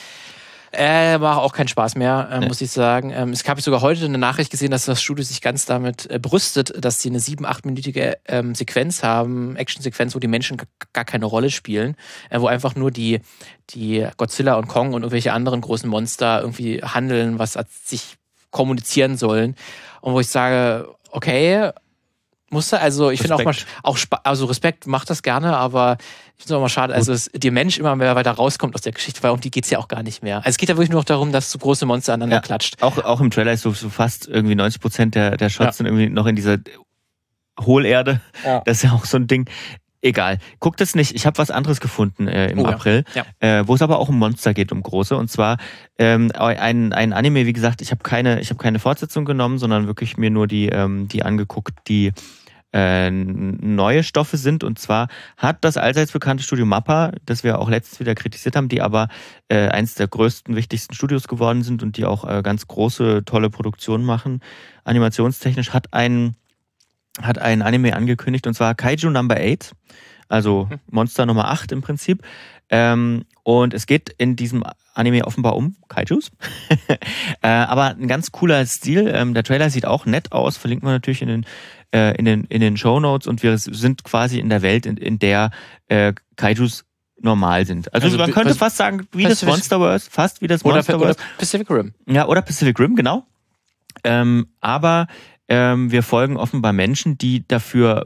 Macht auch keinen Spaß mehr, muss ich sagen. Es habe ich sogar heute eine Nachricht gesehen, dass das Studio sich ganz damit brüstet, dass sie eine 7-8-minütige Sequenz haben, Action-Sequenz, wo die Menschen gar keine Rolle spielen, wo einfach nur die Godzilla und Kong und irgendwelche anderen großen Monster irgendwie handeln, was sich kommunizieren sollen. Und wo ich sage, okay, musste, also ich finde auch Respekt macht das gerne, aber ich finde es auch mal schade, also dass der Mensch immer mehr weiter rauskommt aus der Geschichte, weil um die geht es ja auch gar nicht mehr. Also es geht ja wirklich nur noch darum, dass so große Monster aneinander klatscht. Auch im Trailer ist so fast irgendwie 90% der Shots sind irgendwie noch in dieser Hohlerde. Ja. Das ist ja auch so ein Ding. Egal. Guckt es nicht. Ich habe was anderes gefunden im April, wo es aber auch um Monster geht, um große. Und zwar ein Anime, wie gesagt, ich habe keine Fortsetzung genommen, sondern wirklich mir nur die angeguckt, die neue Stoffe sind. Und zwar hat das allseits bekannte Studio Mappa, das wir auch letztens wieder kritisiert haben, die aber eins der größten, wichtigsten Studios geworden sind und die auch ganz große, tolle Produktionen machen, animationstechnisch, hat ein Anime angekündigt, und zwar Kaiju Number 8, also Monster Nummer 8 im Prinzip. Und es geht in diesem Anime offenbar um Kaijus. Aber ein ganz cooler Stil. Der Trailer sieht auch nett aus, verlinken wir natürlich in den Shownotes, und wir sind quasi in der Welt, in der Kaijus normal sind. Also man könnte fast sagen, wie das Monsterverse, fast wie das Monsterverse. Oder Pacific Rim. Ja, oder Pacific Rim, genau. Aber wir folgen offenbar Menschen, die dafür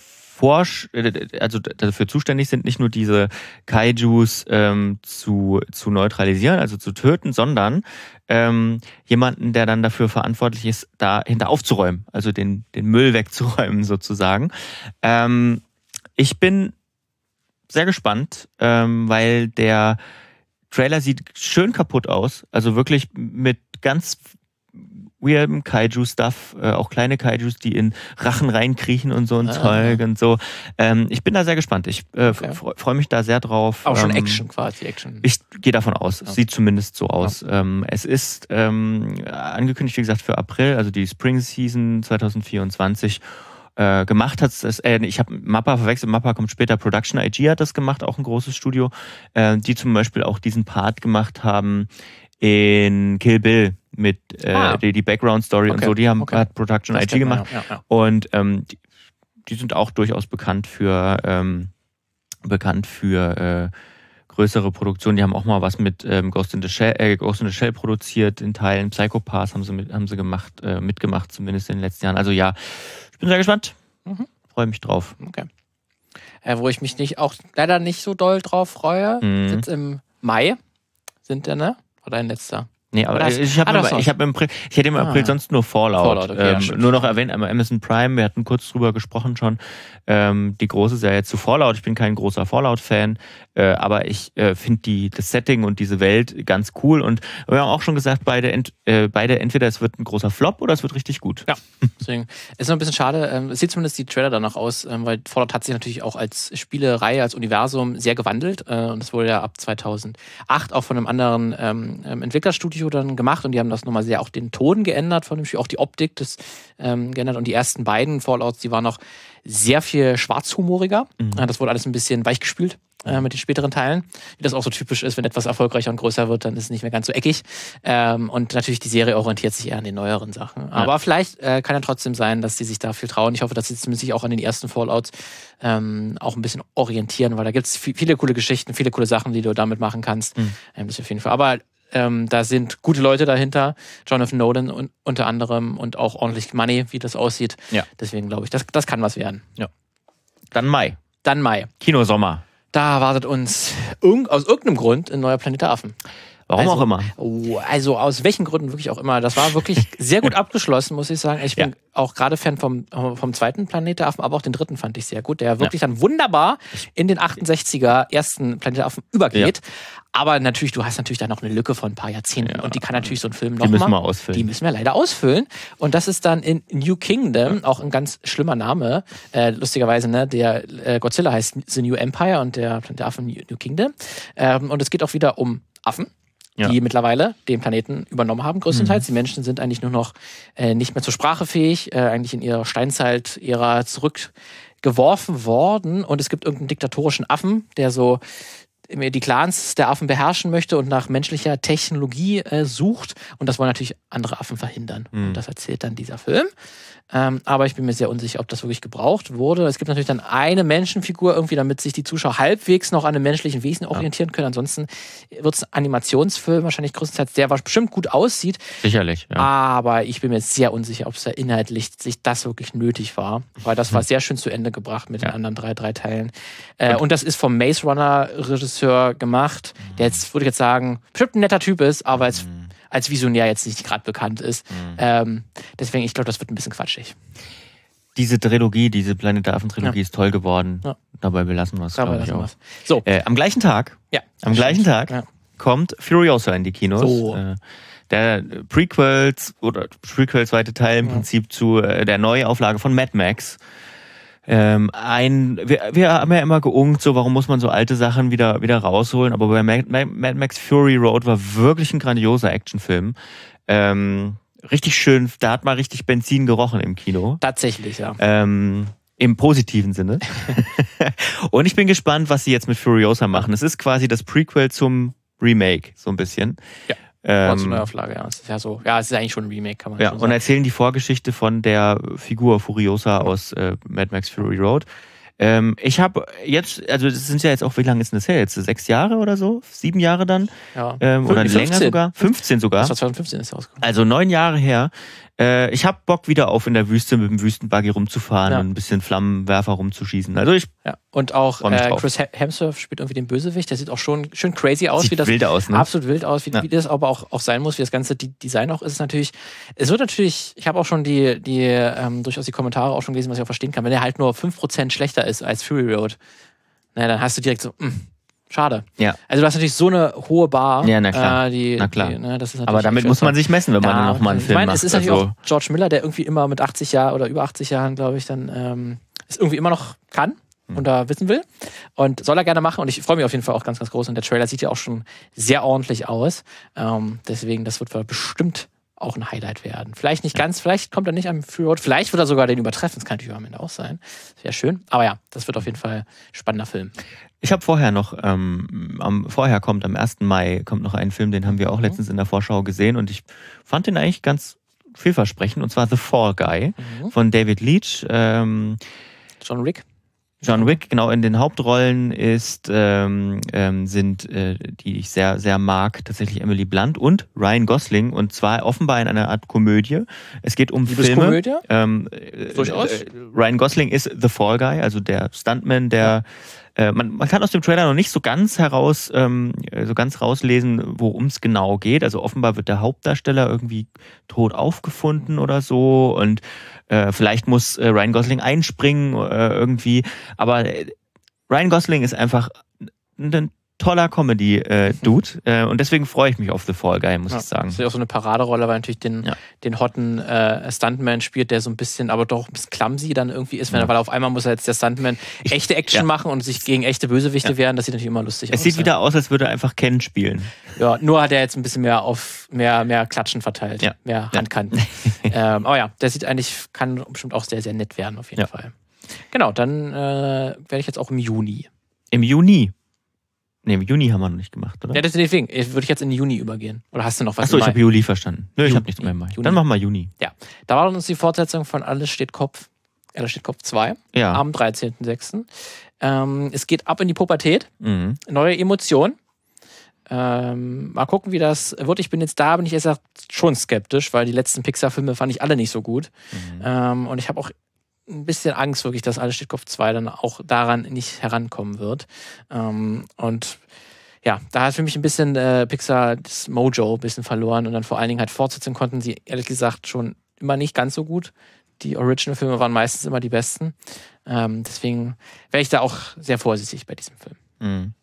zuständig sind, nicht nur diese Kaijus zu neutralisieren, also zu töten, sondern jemanden, der dann dafür verantwortlich ist, dahinter aufzuräumen, also den Müll wegzuräumen sozusagen. Ich bin sehr gespannt, weil der Trailer sieht schön kaputt aus, also wirklich mit ganz weirdem Kaiju-Stuff, auch kleine Kaijus, die in Rachen reinkriechen und so ein Zeug und so. Ich bin da sehr gespannt. Ich freue mich da sehr drauf. Auch schon Action quasi. Ich gehe davon aus. Es sieht zumindest so aus. Es ist angekündigt, wie gesagt, für April, also die Spring Season 2024. Gemacht hat es, ich habe Mappa verwechselt, Mappa kommt später, Production IG hat das gemacht, auch ein großes Studio, die zum Beispiel auch diesen Part gemacht haben in Kill Bill mit die Background-Story und so, die hat Production IG gemacht. Ja. Und die sind auch durchaus bekannt für größere Produktionen. Die haben auch mal was mit Ghost in the Shell produziert, in Teilen. Psycho Pass haben sie mitgemacht, zumindest in den letzten Jahren. Also ja, ich bin sehr gespannt. Freue mich drauf. Okay. Wo ich mich leider nicht so doll drauf freue, jetzt im Mai sind der, ne? Oder ein letzter? Nee, aber ich hätte im April sonst nur Fallout. Nur noch erwähnt, einmal Amazon Prime, wir hatten kurz drüber gesprochen schon. Die große Serie zu Fallout. Ich bin kein großer Fallout-Fan, aber ich finde das Setting und diese Welt ganz cool. Und wir haben auch schon gesagt, beide entweder es wird ein großer Flop oder es wird richtig gut. Ja, deswegen ist noch ein bisschen schade. Es sieht zumindest die Trailer danach aus, weil Fallout hat sich natürlich auch als Spielereihe, als Universum sehr gewandelt. Und das wurde ja ab 2008 auch von einem anderen Entwicklerstudio dann gemacht, und die haben das nochmal sehr auch den Ton geändert von dem Spiel, auch die Optik geändert, und die ersten beiden Fallouts, die waren noch sehr viel schwarzhumoriger. Das wurde alles ein bisschen weichgespült mit den späteren Teilen, wie das auch so typisch ist, wenn etwas erfolgreicher und größer wird, dann ist es nicht mehr ganz so eckig. Und natürlich die Serie orientiert sich eher an den neueren Sachen. Aber vielleicht kann ja trotzdem sein, dass die sich da viel trauen. Ich hoffe, dass sie sich auch an den ersten Fallouts auch ein bisschen orientieren, weil da gibt es viele coole Geschichten, viele coole Sachen, die du damit machen kannst. Das auf jeden Fall. Aber Da sind gute Leute dahinter. Jonathan Nolan unter anderem und auch ordentlich Money, wie das aussieht. Ja. Deswegen glaube ich, das kann was werden. Ja. Dann Mai. Kinosommer. Da wartet uns aus irgendeinem Grund ein neuer Planet der Affen. Warum auch immer. Also aus welchen Gründen wirklich auch immer. Das war wirklich sehr gut abgeschlossen, muss ich sagen. Ich bin auch gerade Fan vom zweiten Planet der Affen, aber auch den dritten fand ich sehr gut, der wirklich dann wunderbar in den 68er ersten Planet der Affen übergeht. Ja. Aber natürlich, du hast natürlich da noch eine Lücke von ein paar Jahrzehnten und die kann natürlich so ein Film noch Die müssen wir ausfüllen. Die müssen wir leider ausfüllen. Und das ist dann in New Kingdom, auch ein ganz schlimmer Name, lustigerweise, ne? Der Godzilla heißt The New Empire und der Planet der Affen New Kingdom. Und es geht auch wieder um Affen. Die mittlerweile den Planeten übernommen haben, größtenteils. Die Menschen sind eigentlich nur noch nicht mehr zur Sprache fähig, eigentlich in ihrer Steinzeit-Ära zurückgeworfen worden. Und es gibt irgendeinen diktatorischen Affen, der so die Clans der Affen beherrschen möchte und nach menschlicher Technologie sucht. Und das wollen natürlich andere Affen verhindern. Und das erzählt dann dieser Film. Aber ich bin mir sehr unsicher, ob das wirklich gebraucht wurde. Es gibt natürlich dann eine Menschenfigur irgendwie, damit sich die Zuschauer halbwegs noch an einem menschlichen Wesen orientieren können. Ansonsten wird es ein Animationsfilm, wahrscheinlich größtenteils, der bestimmt gut aussieht. Sicherlich, ja. Aber ich bin mir sehr unsicher, ob es da inhaltlich sich das wirklich nötig war. Weil das war sehr schön zu Ende gebracht mit den anderen drei Teilen. Und das ist vom Maze Runner Regisseur gemacht, der jetzt, würde ich jetzt sagen, bestimmt ein netter Typ ist, aber jetzt als Visionär jetzt nicht gerade bekannt ist. Deswegen, ich glaube, das wird ein bisschen quatschig. Diese Trilogie, diese Planet der Affen-Trilogie ist toll geworden. Ja. Dabei belassen wir es, glaube ich auch. So. Am gleichen Tag, kommt Furiosa in die Kinos. So. Der Prequel, zweite Teil im Prinzip zu der Neuauflage von Mad Max. Wir haben ja immer geungt, so warum muss man so alte Sachen wieder rausholen, aber bei Mad Max Fury Road war wirklich ein grandioser Actionfilm. Richtig schön, da hat mal richtig Benzin gerochen im Kino. Tatsächlich, ja. Im positiven Sinne. Und ich bin gespannt, was sie jetzt mit Furiosa machen. Es ist quasi das Prequel zum Remake, so ein bisschen. Ja. Zur Neuauflage, ja. Es ist ja so. Ja, es ist eigentlich schon ein Remake, kann man schon sagen. Und erzählen die Vorgeschichte von der Figur Furiosa aus Mad Max Fury Road. Ich habe jetzt, also das sind ja jetzt auch, wie lange ist denn das her jetzt? 6 Jahre oder so? 7 Jahre dann? Ja. Oder 15. Länger sogar? 15 sogar. Das war 2015 ist rausgekommen. Also 9 Jahre her. Ich habe Bock, wieder auf in der Wüste mit dem Wüstenbuggy rumzufahren und ein bisschen Flammenwerfer rumzuschießen. Also und auch Chris Hemsworth spielt irgendwie den Bösewicht. Der sieht auch schon schön crazy aus. Sieht wild aus, ne? Absolut wild aus, wie das aber auch sein muss, wie das ganze Design auch ist. Es wird natürlich, ich habe auch schon durchaus die Kommentare auch schon gelesen, was ich auch verstehen kann, wenn der halt nur 5% schlechter ist als Fury Road, dann hast du direkt so, schade. Ja. Also du hast natürlich so eine hohe Bar. Ja, na klar. Das ist aber damit muss man sich messen, wenn man nochmal einen Film macht. Es ist natürlich auch George Miller, der irgendwie immer mit 80 Jahren oder über 80 Jahren, glaube ich, dann es irgendwie immer noch kann und da wissen will. Und soll er gerne machen. Und ich freue mich auf jeden Fall auch ganz, ganz groß. Und der Trailer sieht ja auch schon sehr ordentlich aus. Deswegen, das wird bestimmt auch ein Highlight werden. Vielleicht nicht ganz, vielleicht kommt er nicht am Fury Road, vielleicht wird er sogar den übertreffen. Das kann natürlich am Ende auch sein. Das wäre schön. Aber ja, das wird auf jeden Fall ein spannender Film. Ich habe vorher noch, vorher kommt am 1. Mai kommt noch ein Film, den haben wir auch letztens in der Vorschau gesehen und ich fand den eigentlich ganz vielversprechend, und zwar The Fall Guy von David Leitch. John Wick, genau, in den Hauptrollen sind, die ich sehr, sehr mag, tatsächlich Emily Blunt und Ryan Gosling, und zwar offenbar in einer Art Komödie. Es geht um Filme. Durchaus. Ryan Gosling ist The Fall Guy, also der Stuntman, der man kann aus dem Trailer noch nicht so ganz rauslesen, worum es genau geht. Also offenbar wird der Hauptdarsteller irgendwie tot aufgefunden oder so, und vielleicht muss Ryan Gosling einspringen irgendwie. Aber Ryan Gosling ist einfach ein toller Comedy-Dude und deswegen freue ich mich auf The Fall Guy, muss ich sagen. Das ist ja auch so eine Paraderolle, weil natürlich den hotten Stuntman spielt, der so ein bisschen, aber doch ein bisschen clumsy dann irgendwie ist, weil auf einmal muss jetzt der Stuntman echte Action machen und sich gegen echte Bösewichte wehren. Das sieht natürlich immer lustig aus. Es sieht wieder aus, als würde er einfach Ken spielen. Ja, nur hat er jetzt ein bisschen mehr auf mehr Klatschen verteilt, mehr Handkanten. Aber ja, der kann bestimmt auch sehr, sehr nett werden, auf jeden Fall. Genau, dann werde ich jetzt auch im Juni. Im Juni haben wir noch nicht gemacht, oder? Ja, deswegen würde ich jetzt in den Juni übergehen. Oder hast du noch was? Achso, ich habe Juli verstanden. Nö, ich habe nichts mehr im Mai. Dann machen wir Juni. Ja, da war uns die Fortsetzung von Alles steht Kopf 2 am 13.06. Es geht ab in die Pubertät. Neue Emotionen. Mal gucken, wie das wird. Ich bin jetzt da, bin ich erst schon skeptisch, weil die letzten Pixar-Filme fand ich alle nicht so gut. Und ich habe auch ein bisschen Angst wirklich, dass Alles steht Kopf 2 dann auch daran nicht herankommen wird. Und ja, da hat für mich ein bisschen Pixar das Mojo ein bisschen verloren und dann vor allen Dingen halt fortsetzen konnten sie ehrlich gesagt schon immer nicht ganz so gut. Die Original-Filme waren meistens immer die besten. Deswegen wäre ich da auch sehr vorsichtig bei diesem Film.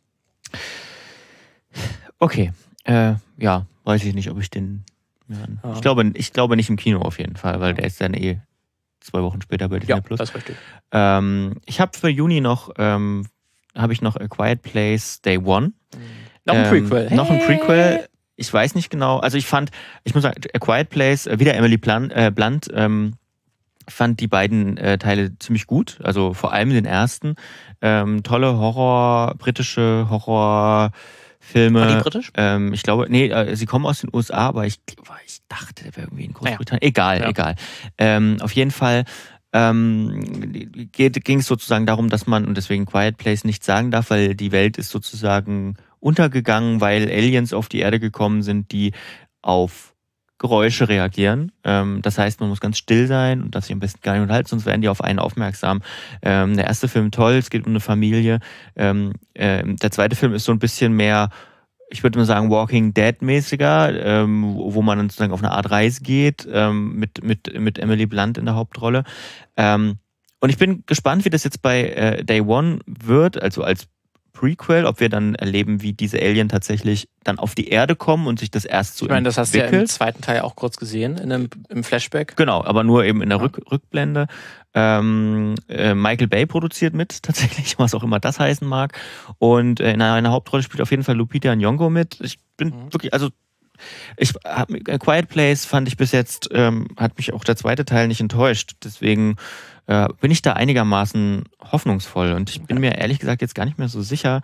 Okay. Ja, weiß ich nicht, ob ich den... Ja. Ich glaube nicht im Kino auf jeden Fall, weil der ist dann 2 Wochen später bei Disney Plus. Das ist richtig. Ich habe für Juni noch habe ich noch A Quiet Place Day One. Noch ein Prequel. Noch ein Prequel. Ich weiß nicht genau. Also ich muss sagen, A Quiet Place, wieder Emily Blunt, fand die beiden Teile ziemlich gut. Also vor allem den ersten. Tolle britische Horrorfilme. War die britisch? Ich glaube, sie kommen aus den USA, aber ich dachte, der wäre irgendwie in Großbritannien. Egal. Auf jeden Fall ging es sozusagen darum, dass man, und deswegen Quiet Place nicht sagen darf, weil die Welt ist sozusagen untergegangen, weil Aliens auf die Erde gekommen sind, die auf Geräusche reagieren. Das heißt, man muss ganz still sein und darf sich am besten gar nicht unterhalten, sonst werden die auf einen aufmerksam. Der erste Film toll, es geht um eine Familie. Der zweite Film ist so ein bisschen mehr, ich würde mal sagen, Walking Dead-mäßiger, wo man dann sozusagen auf eine Art Reise geht, mit Emily Blunt in der Hauptrolle. Und ich bin gespannt, wie das jetzt bei Day One wird, also als Prequel, ob wir dann erleben, wie diese Alien tatsächlich dann auf die Erde kommen und sich das erst so entwickelt. Ich meine, das hast du ja im zweiten Teil auch kurz gesehen, im Flashback. Genau, aber nur eben in der Rückblende. Michael Bay produziert mit, tatsächlich, was auch immer das heißen mag. Und in einer Hauptrolle spielt auf jeden Fall Lupita Nyong'o mit. Ich bin wirklich, also Quiet Place fand ich bis jetzt, hat mich auch der zweite Teil nicht enttäuscht. Deswegen bin ich da einigermaßen hoffnungsvoll. Und ich bin mir ehrlich gesagt jetzt gar nicht mehr so sicher,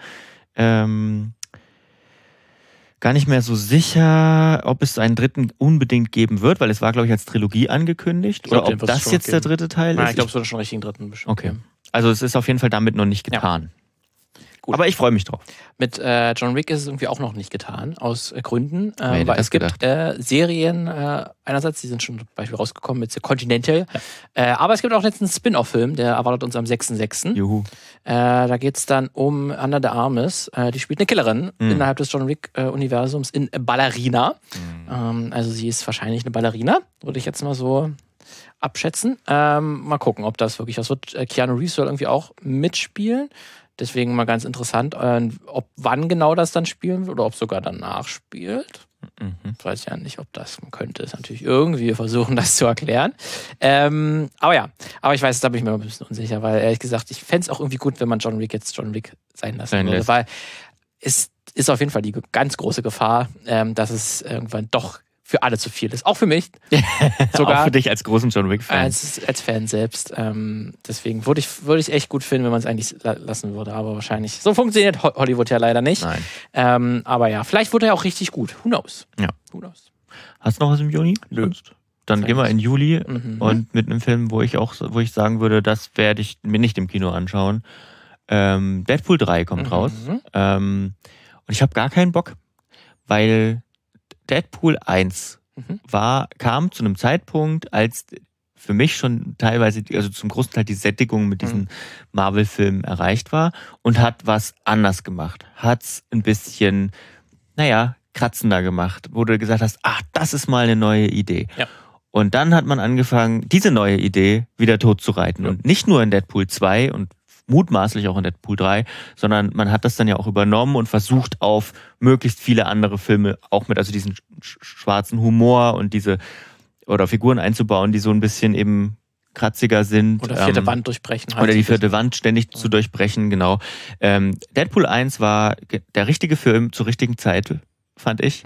ob es einen dritten unbedingt geben wird, weil es war, glaube ich, als Trilogie angekündigt. Oder ob das jetzt der dritte Teil ist. Ich glaube, es wird schon einen richtigen dritten bestimmt. Okay. Also es ist auf jeden Fall damit noch nicht getan. Ja. Gut. Aber ich freue mich drauf. Mit John Wick ist es irgendwie auch noch nicht getan, aus Gründen. Weil es gibt Serien, einerseits, die sind schon zum Beispiel rausgekommen mit The Continental. Ja. Aber es gibt auch jetzt einen Spin-off-Film, der erwartet uns am 6.6. Juhu. Da geht es dann um Ana de Armas. Die spielt eine Killerin innerhalb des John Wick-Universums in Ballerina. Also sie ist wahrscheinlich eine Ballerina, würde ich jetzt mal so abschätzen. Mal gucken, ob das wirklich was wird. Keanu Reeves soll irgendwie auch mitspielen. Deswegen mal ganz interessant, wann genau das dann spielen wird oder ob sogar danach spielt. Ich weiß ja nicht, ob das, man könnte es natürlich irgendwie versuchen, das zu erklären. Aber ich weiß, da bin ich mir noch ein bisschen unsicher, weil ehrlich gesagt, ich fände es auch irgendwie gut, wenn man John Wick sein lassen würde, weil es ist auf jeden Fall die ganz große Gefahr, dass es irgendwann doch für alle zu viel ist. Auch für mich. Sogar auch für dich als großen John Wick-Fan. Als Fan selbst. Deswegen würde ich echt gut finden, wenn man es eigentlich lassen würde. Aber wahrscheinlich, so funktioniert Hollywood ja leider nicht. Nein. Aber ja, vielleicht wurde er auch richtig gut. Who knows? Ja. Who knows? Hast du noch was im Juni? Nö. Dann gehen wir in Juli und mit einem Film, wo ich sagen würde, das werde ich mir nicht im Kino anschauen. Deadpool 3 kommt raus. Und ich habe gar keinen Bock, weil Deadpool 1 kam zu einem Zeitpunkt, als für mich schon teilweise, also zum großen Teil die Sättigung mit diesen Marvel-Filmen erreicht war und hat was anders gemacht. Hat's ein bisschen, kratzender gemacht, wo du gesagt hast, das ist mal eine neue Idee. Ja. Und dann hat man angefangen, diese neue Idee wieder tot zu reiten. Ja. Und nicht nur in Deadpool 2 und mutmaßlich auch in Deadpool 3, sondern man hat das dann ja auch übernommen und versucht auf möglichst viele andere Filme auch mit diesen schwarzen Humor und oder Figuren einzubauen, die so ein bisschen eben kratziger sind. Oder vierte Wand durchbrechen. Oder die vierte Wand ständig zu durchbrechen, genau. Deadpool 1 war der richtige Film zur richtigen Zeit, fand ich.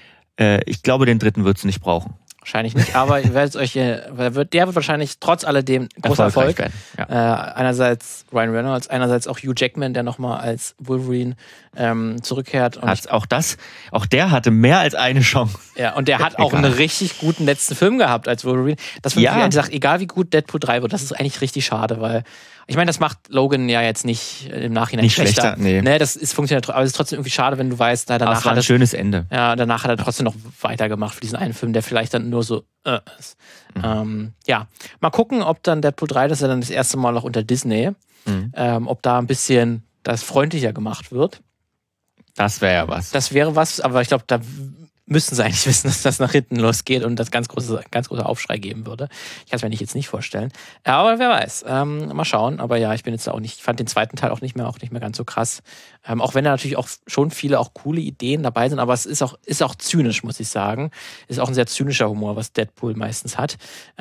Ich glaube, den dritten wird es nicht brauchen. Wahrscheinlich nicht, aber ihr werdet der wird wahrscheinlich trotz alledem großer Erfolg werden. Ja. Einerseits Ryan Reynolds, einerseits auch Hugh Jackman, der nochmal als Wolverine zurückkehrt. Und auch der hatte mehr als eine Chance. Ja, und der hat auch einen richtig guten letzten Film gehabt als Wolverine. Das finde ich, egal wie gut Deadpool 3 wird, das ist eigentlich richtig schade, weil Ich meine, das macht Logan ja jetzt nicht im Nachhinein nicht schlechter. Nee. Ne, das funktioniert, aber es ist trotzdem irgendwie schade, wenn du weißt, danach das war ein schönes Ende. Ja, danach hat er trotzdem noch weitergemacht für diesen einen Film, der vielleicht dann nur so ist. Ja, mal gucken, ob dann Deadpool 3, das ist ja dann das erste Mal noch unter Disney, ob da ein bisschen das freundlicher gemacht wird. Das wäre ja was. Das wäre was, aber ich glaube, da müssten sie eigentlich wissen, dass das nach hinten losgeht und das ganz große Aufschrei geben würde. Ich kann es mir jetzt nicht vorstellen. Aber wer weiß. Mal schauen. Aber ja, ich bin jetzt auch nicht, ich fand den zweiten Teil auch nicht mehr ganz so krass. Auch wenn da natürlich auch schon viele auch coole Ideen dabei sind, aber es ist auch zynisch, muss ich sagen. Ist auch ein sehr zynischer Humor, was Deadpool meistens hat.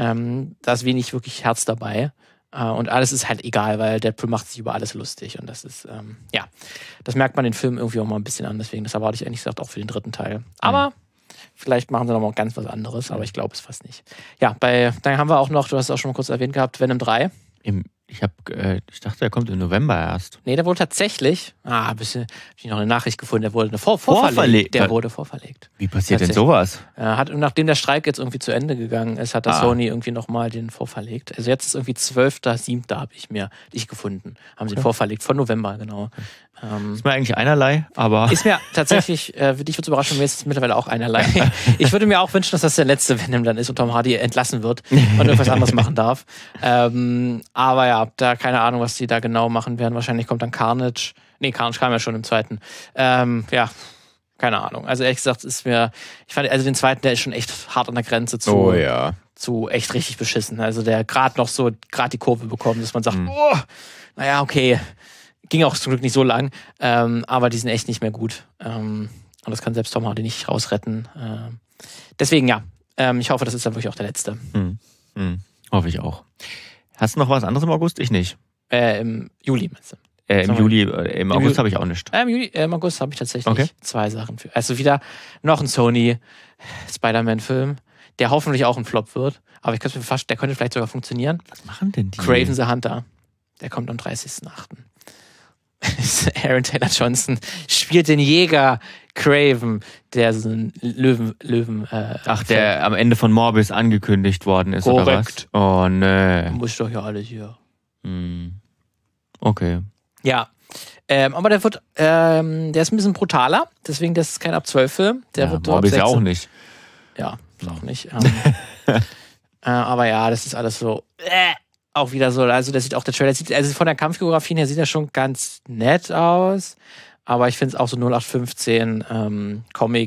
Da ist wenig wirklich Herz dabei. Und alles ist halt egal, weil Deadpool macht sich über alles lustig. Und das ist, das merkt man den Film irgendwie auch mal ein bisschen an. Deswegen, das erwarte ich ehrlich gesagt auch für den dritten Teil. Aber vielleicht machen sie noch mal ganz was anderes, aber ich glaube es fast nicht. Ja, dann haben wir auch noch, du hast es auch schon mal kurz erwähnt gehabt, Venom 3. Ich dachte, der kommt im November erst. Nee, der wurde tatsächlich, hab ich noch eine Nachricht gefunden, der wurde vorverlegt. Der wurde vorverlegt. Wie passiert denn sowas? Nachdem der Streik jetzt irgendwie zu Ende gegangen ist, hat Sony irgendwie nochmal den vorverlegt. Also jetzt ist irgendwie 12.07. habe ich gefunden. Haben sie den vorverlegt, von November, genau. Ist mir eigentlich einerlei, aber... Ist mir tatsächlich, für dich wird es überraschen, mir ist es mittlerweile auch einerlei. Ich würde mir auch wünschen, dass das der letzte Venom dann ist und Tom Hardy entlassen wird und irgendwas anderes machen darf. Aber ja, da keine Ahnung, was die da genau machen werden. Wahrscheinlich kommt dann Carnage. Nee, Carnage kam ja schon im zweiten. Hm. Keine Ahnung. Also ehrlich gesagt ich fand den zweiten, der ist schon echt hart an der Grenze zu echt richtig beschissen. Also der gerade die Kurve bekommen, dass man sagt, naja, okay, ging auch zum Glück nicht so lang, aber die sind echt nicht mehr gut. Und das kann selbst Tom Hardy nicht rausretten. Deswegen ich hoffe, das ist dann wirklich auch der letzte. Hoffe ich auch. Hast du noch was anderes im August? Ich nicht. Im Juli, meinst du? Im August habe ich auch nicht. Im August habe ich tatsächlich 2 Sachen. Also wieder noch ein Sony Spider-Man-Film, der hoffentlich auch ein Flop wird. Aber der könnte vielleicht sogar funktionieren. Was machen denn die? Kraven the Hunter. Der kommt am 30.08. Aaron Taylor Johnson spielt den Jäger Kraven, der so ein Löwen der am Ende von Morbius angekündigt worden ist, korrekt. Oder was? Oh, ne. Muss doch ja alles hier. Okay. Ja. Aber der ist ein bisschen brutaler, deswegen das ist kein ab 12 Film. Der wird Morbius ja auch nicht. Ja, auch nicht. Aber ja, das ist alles so. Auch wieder so, also der Trailer also von der Kampfgeografie her sieht er schon ganz nett aus, aber ich finde es auch so 0815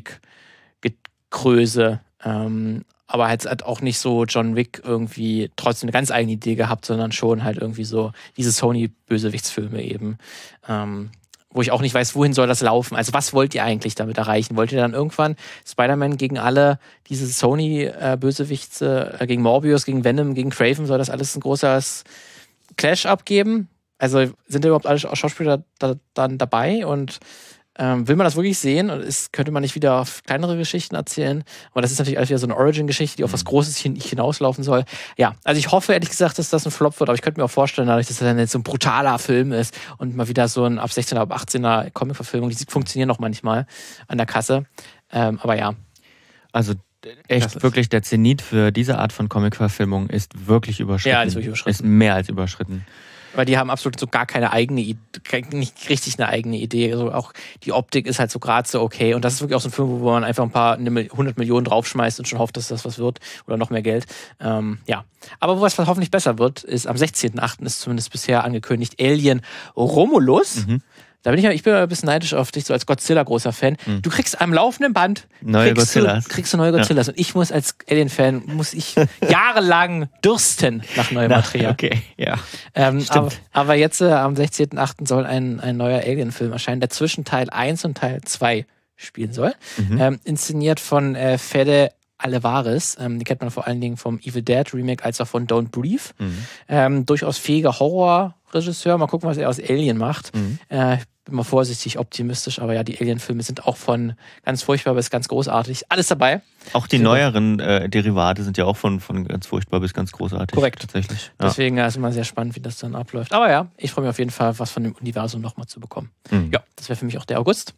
Comic-Größe, aber hat auch nicht so John Wick irgendwie trotzdem eine ganz eigene Idee gehabt, sondern schon halt irgendwie so diese Sony-Bösewichtsfilme eben, wo ich auch nicht weiß, wohin soll das laufen. Also was wollt ihr eigentlich damit erreichen? Wollt ihr dann irgendwann Spider-Man gegen alle diese Sony-Bösewichte, gegen Morbius, gegen Venom, gegen Kraven, soll das alles ein großes Clash abgeben? Also sind da überhaupt alle Schauspieler dann dabei? Und will man das wirklich sehen? Und könnte man nicht wieder auf kleinere Geschichten erzählen? Aber das ist natürlich alles wieder so eine Origin-Geschichte, die auf was Großes hinauslaufen soll. Ja, also ich hoffe ehrlich gesagt, dass das ein Flop wird, aber ich könnte mir auch vorstellen, dadurch, dass das dann jetzt so ein brutaler Film ist und mal wieder so ein ab 16er, ab 18er Comic-Verfilmung, die funktionieren noch manchmal an der Kasse. Aber ja. Also echt wirklich der Zenit für diese Art von Comic-Verfilmung ist wirklich überschritten. Ja, ist wirklich überschritten. Ist mehr als überschritten. Weil die haben absolut so gar keine eigene Idee, nicht richtig eine eigene Idee. Also auch die Optik ist halt so gerade so okay. Und das ist wirklich auch so ein Film, wo man einfach 100 Millionen draufschmeißt und schon hofft, dass das was wird. Oder noch mehr Geld. Aber was hoffentlich besser wird, ist am 16.08. ist zumindest bisher angekündigt Alien Romulus. Da bin ich bin ein bisschen neidisch auf dich, so als Godzilla-großer Fan. Du kriegst am laufenden Band neue Godzillas. Und ich muss als Alien-Fan, jahrelang dürsten nach neuem Material. Okay, ja. Aber jetzt am 16.08. soll ein neuer Alien-Film erscheinen, der zwischen Teil 1 und Teil 2 spielen soll. Inszeniert von Fede Alvarez, die kennt man vor allen Dingen vom Evil Dead Remake als auch von Don't Breathe. Durchaus fähiger Horrorregisseur. Mal gucken, was er aus Alien macht. Ich bin mal vorsichtig optimistisch, aber ja, die Alien-Filme sind auch von ganz furchtbar bis ganz großartig. Alles dabei. Auch die neueren Derivate sind ja auch von ganz furchtbar bis ganz großartig. Korrekt. Tatsächlich. Ja. Deswegen ist immer sehr spannend, wie das dann abläuft. Aber ja, ich freue mich auf jeden Fall, was von dem Universum nochmal zu bekommen. Ja, das wäre für mich auch der August.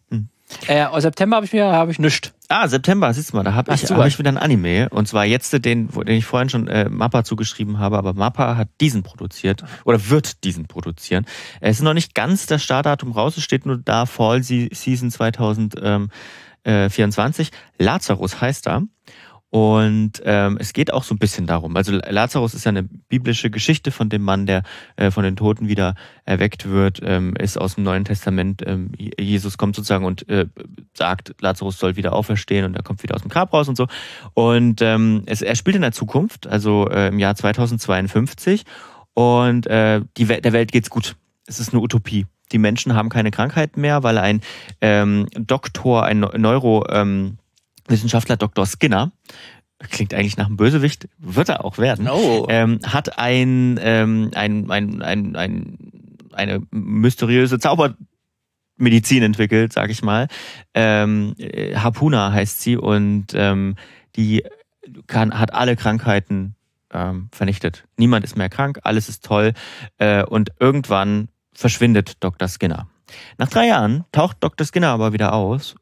September habe ich nichts. September, siehst du mal, da habe ich wieder ein Anime. Und zwar jetzt den ich vorhin schon Mappa zugeschrieben habe, aber Mappa hat diesen produziert oder wird diesen produzieren. Es ist noch nicht ganz das Startdatum raus, es steht nur da Fall Season 2024. Lazarus heißt er. Und es geht auch so ein bisschen darum. Also Lazarus ist ja eine biblische Geschichte von dem Mann, der von den Toten wieder erweckt wird, ist aus dem Neuen Testament. Jesus kommt sozusagen und sagt, Lazarus soll wieder auferstehen und er kommt wieder aus dem Grab raus und so. Und er spielt in der Zukunft, also im Jahr 2052. Und der Welt geht's gut. Es ist eine Utopie. Die Menschen haben keine Krankheiten mehr, weil ein Doktor, ein Neurowissenschaftler, Dr. Skinner, klingt eigentlich nach einem Bösewicht, wird er auch werden, hat eine mysteriöse Zaubermedizin entwickelt, sag ich mal. Hapuna heißt sie und die hat alle Krankheiten vernichtet. Niemand ist mehr krank, alles ist toll und irgendwann verschwindet Dr. Skinner. Nach 3 Jahren taucht Dr. Skinner aber wieder auf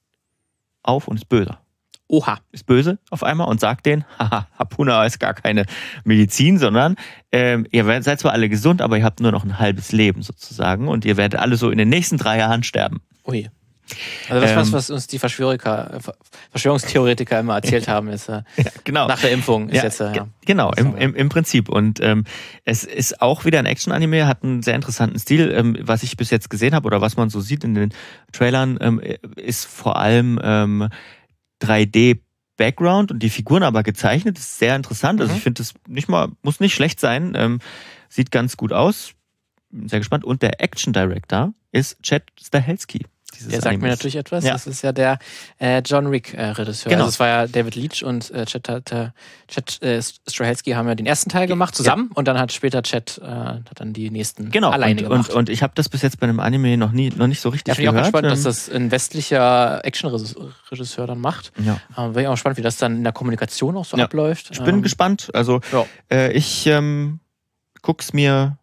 und ist böse. Oha. Ist böse auf einmal und sagt denen, haha, Hapuna ist gar keine Medizin, sondern ihr seid zwar alle gesund, aber ihr habt nur noch ein halbes Leben sozusagen und ihr werdet alle so in den nächsten 3 Jahren sterben. Ui. Also das was uns die Verschwörungstheoretiker immer erzählt haben, ist genau. Nach der Impfung ist Genau, im Prinzip. Und es ist auch wieder ein Action-Anime, hat einen sehr interessanten Stil. Was ich bis jetzt gesehen habe oder was man so sieht in den Trailern, ist vor allem 3D-Background und die Figuren aber gezeichnet. Das ist sehr interessant. Also ich finde, das muss nicht schlecht sein. Sieht ganz gut aus. Bin sehr gespannt. Und der Action-Director ist Chad Stahelski. Der sagt mir natürlich etwas. Ja. Das ist ja der John Wick-Regisseur. Genau. Also es war ja David Leitch und Chad Stahelski haben ja den ersten Teil gemacht zusammen und dann hat später Chad dann die nächsten alleine gemacht. Und ich habe das bis jetzt bei einem Anime noch nicht so richtig gehört. Ich bin auch gespannt, dass das ein westlicher Action-Regisseur dann macht. Ja. Bin ich auch gespannt, wie das dann in der Kommunikation auch so abläuft. Ich bin gespannt. Also ich guck's mir.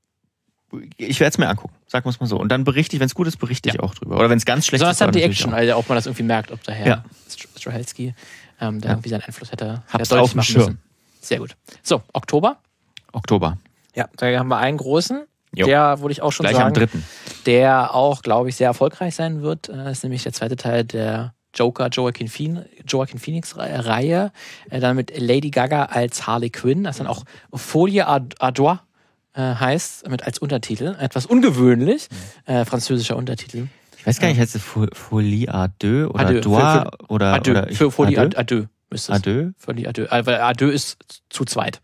Ich werde es mir angucken, sagen wir es mal so. Und dann berichte ich, wenn es gut ist, berichte ich auch drüber. Oder wenn es ganz schlecht ist. Besonders dann die Action, also auch man das irgendwie merkt, ob der Herr Stahelski da irgendwie seinen Einfluss hätte. Hab's auf dem Schirm. Müssen. Sehr gut. So, Oktober. Ja, da haben wir einen großen. Der würde ich auch schon gleich sagen. Am 3. Der auch, glaube ich, sehr erfolgreich sein wird. Das ist nämlich der zweite Teil der Joaquin Phoenix-Reihe. Dann mit Lady Gaga als Harley Quinn. Das ist dann auch Folie à Deux heißt, als Untertitel. Etwas ungewöhnlich. Französischer Untertitel. Ich weiß gar nicht, heißt es Folie à deux oder Deux oder Adieu. Für Folie à deux müsste es. Adieu? Folie à deux. Weil à deux ist zu zweit.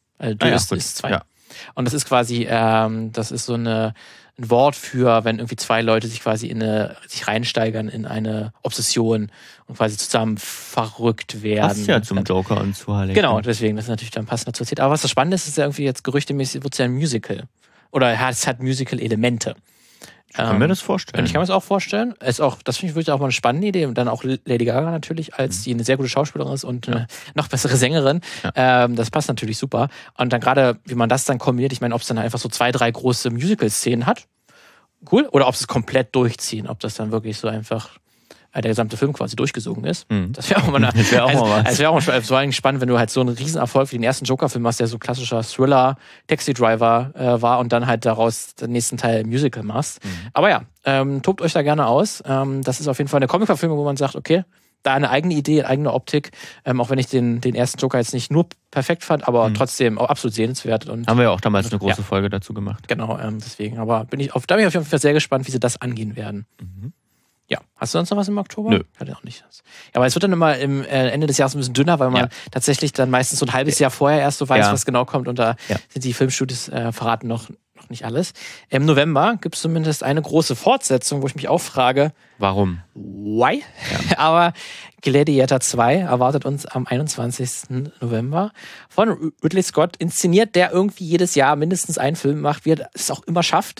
Deux ist zwei. Ja. Und das ist quasi, das ist so ein Wort für, wenn irgendwie 2 Leute sich quasi sich reinsteigern in eine Obsession und quasi zusammen verrückt werden. Passt ja zum Joker und zu Harley. Genau, deswegen, das ist natürlich dann passend dazu erzählt. Aber was das Spannende ist ja irgendwie jetzt gerüchtemäßig, wird es ja ein Musical. Oder es hat Musical-Elemente. Ich kann mir das vorstellen. Ich kann mir das auch vorstellen. Das finde ich wirklich auch mal eine spannende Idee. Und dann auch Lady Gaga natürlich, als die eine sehr gute Schauspielerin ist und eine noch bessere Sängerin. Ja. Das passt natürlich super. Und dann gerade, wie man das dann kombiniert, ich meine, ob es dann einfach so 2, 3 große Musical-Szenen hat, cool. Oder ob sie es komplett durchziehen, ob das dann wirklich so einfach der gesamte Film quasi durchgesungen ist. Das wäre auch mal was. Es wäre auch vor allem spannend, wenn du halt so einen Riesenerfolg wie den ersten Joker-Film hast, der so ein klassischer Thriller, Taxi-Driver war und dann halt daraus den nächsten Teil Musical machst. Aber ja, tobt euch da gerne aus. Das ist auf jeden Fall eine Comic-Verfilmung, wo man sagt, okay, da eine eigene Idee, eine eigene Optik, auch wenn ich den ersten Joker jetzt nicht nur perfekt fand, aber trotzdem auch absolut sehenswert. Und haben wir ja auch damals eine große Folge dazu gemacht. Genau, deswegen. Aber da bin ich auf jeden Fall sehr gespannt, wie sie das angehen werden. Ja, hast du sonst noch was im Oktober? Nö. Hatte auch nicht. Ja, aber es wird dann immer im Ende des Jahres ein bisschen dünner, weil man tatsächlich dann meistens so ein halbes Jahr vorher erst so weiß, was genau kommt. Und da sind die Filmstudios verraten noch nicht alles. Im November gibt es zumindest eine große Fortsetzung, wo ich mich auch frage, warum? Why? Ja. Aber Gladiator 2 erwartet uns am 21. November von Ridley Scott, inszeniert, der irgendwie jedes Jahr mindestens einen Film macht, wie er es auch immer schafft.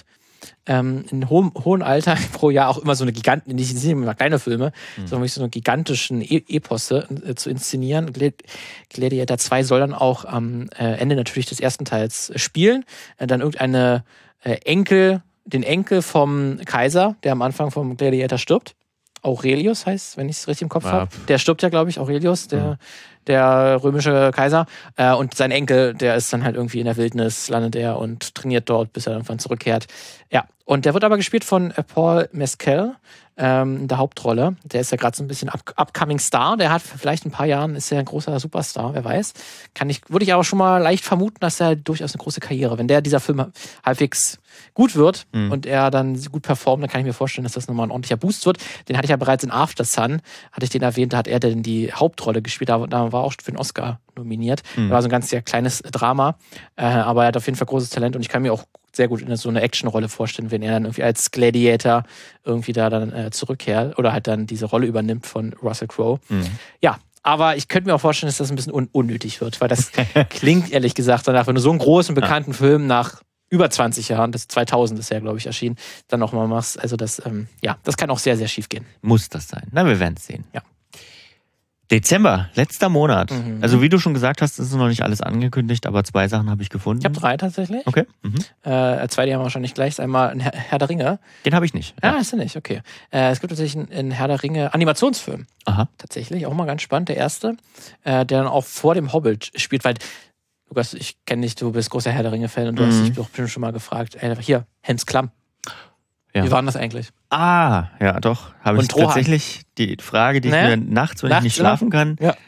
In hohem Alter pro Jahr auch immer so eine nicht immer kleine Filme, sondern wirklich so eine gigantischen Eposse zu inszenieren. Gladiator 2 soll dann auch am Ende natürlich des ersten Teils spielen. Dann den Enkel vom Kaiser, der am Anfang vom Gladiator stirbt. Aurelius heißt, wenn ich es richtig im Kopf habe. Der stirbt ja, glaube ich, Aurelius, der römische Kaiser. Und sein Enkel, der ist dann halt irgendwie in der Wildnis, landet er und trainiert dort, bis er irgendwann zurückkehrt. Ja, und der wird aber gespielt von Paul Mescal in der Hauptrolle. Der ist ja gerade so ein bisschen upcoming Star. Der hat vielleicht in ein paar Jahren, ist er ein großer Superstar, wer weiß. Würde ich aber schon mal leicht vermuten, dass er durchaus eine große Karriere, wenn dieser Film halbwegs gut wird und er dann gut performt, dann kann ich mir vorstellen, dass das nochmal ein ordentlicher Boost wird. Den hatte ich ja bereits in After Sun, hatte ich den erwähnt, da hat er denn die Hauptrolle gespielt, da war auch für den Oscar nominiert. War so ein ganz sehr kleines Drama, aber er hat auf jeden Fall großes Talent und ich kann mir auch sehr gut in so eine Actionrolle vorstellen, wenn er dann irgendwie als Gladiator irgendwie da dann zurückkehrt oder halt dann diese Rolle übernimmt von Russell Crowe. Ja, aber ich könnte mir auch vorstellen, dass das ein bisschen unnötig wird, weil das klingt ehrlich gesagt danach, wenn du so einen großen, bekannten Film nach über 20 Jahren, das 2000 ist ja, glaube ich, erschienen, dann nochmal machst. Also das kann auch sehr, sehr schief gehen. Muss das sein. Na, wir werden es sehen. Ja. Dezember, letzter Monat. Also wie du schon gesagt hast, ist noch nicht alles angekündigt, aber 2 Sachen habe ich gefunden. Ich habe 3 tatsächlich. Okay. 2, die haben wir wahrscheinlich gleich. Einmal ein Herr der Ringe. Den habe ich nicht. Ja, ist ja nicht, okay. Es gibt tatsächlich einen Herr der Ringe Animationsfilm. Aha. Tatsächlich, auch mal ganz spannend. Der erste, der dann auch vor dem Hobbit spielt, weil Lukas, ich kenne dich, du bist großer Herr der Ringe-Fan und du hast dich doch bestimmt schon mal gefragt, hier, Helms Klamm. Ja. Wie war denn das eigentlich? Ja, doch. Habe ich tatsächlich die Frage, die ich mir nachts, wenn ich nicht schlafen kann. Ja.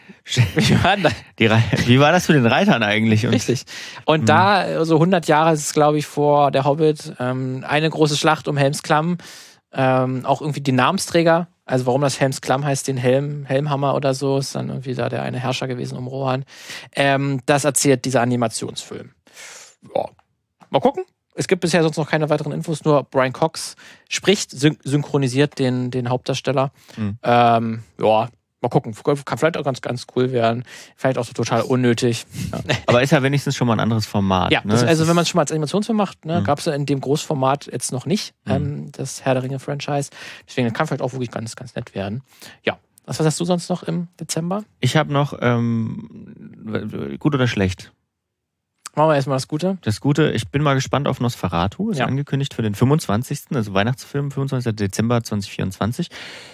Wie war das für den Reitern eigentlich? Richtig. Und da, so 100 Jahre ist es, glaube ich, vor der Hobbit, eine große Schlacht um Helms Klamm. Auch irgendwie die Namensträger, also warum das Helms Klamm heißt, den Helmhammer oder so, ist dann irgendwie da der eine Herrscher gewesen um Rohan. Das erzählt dieser Animationsfilm. Ja. Mal gucken. Es gibt bisher sonst noch keine weiteren Infos, nur Brian Cox spricht, synchronisiert den Hauptdarsteller. Mal gucken. Kann vielleicht auch ganz, ganz cool werden. Vielleicht auch so total unnötig. Ja. Aber ist ja wenigstens schon mal ein anderes Format. Ja, ne? Also wenn man es schon mal als Animationsfilm macht, gab es ja in dem Großformat jetzt noch nicht, das Herr der Ringe-Franchise. Deswegen kann vielleicht auch wirklich ganz, ganz nett werden. Ja. Was hast du sonst noch im Dezember? Ich habe noch gut oder schlecht? Machen wir erstmal das Gute. Das Gute, ich bin mal gespannt auf Nosferatu. Ist angekündigt für den 25., also Weihnachtsfilm, 25. Dezember 2024.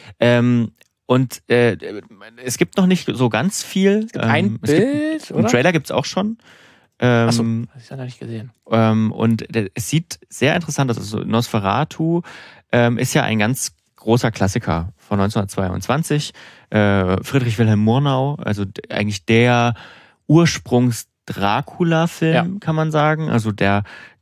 Und es gibt noch nicht so ganz viel. Es gibt ein Bild, oder? Einen Trailer gibt es auch schon. Achso, habe ich ja noch nicht gesehen. Und es sieht sehr interessant aus. Also Nosferatu ist ja ein ganz großer Klassiker von 1922. Friedrich Wilhelm Murnau, also eigentlich der Ursprungs-Dracula-Film, kann man sagen. Also der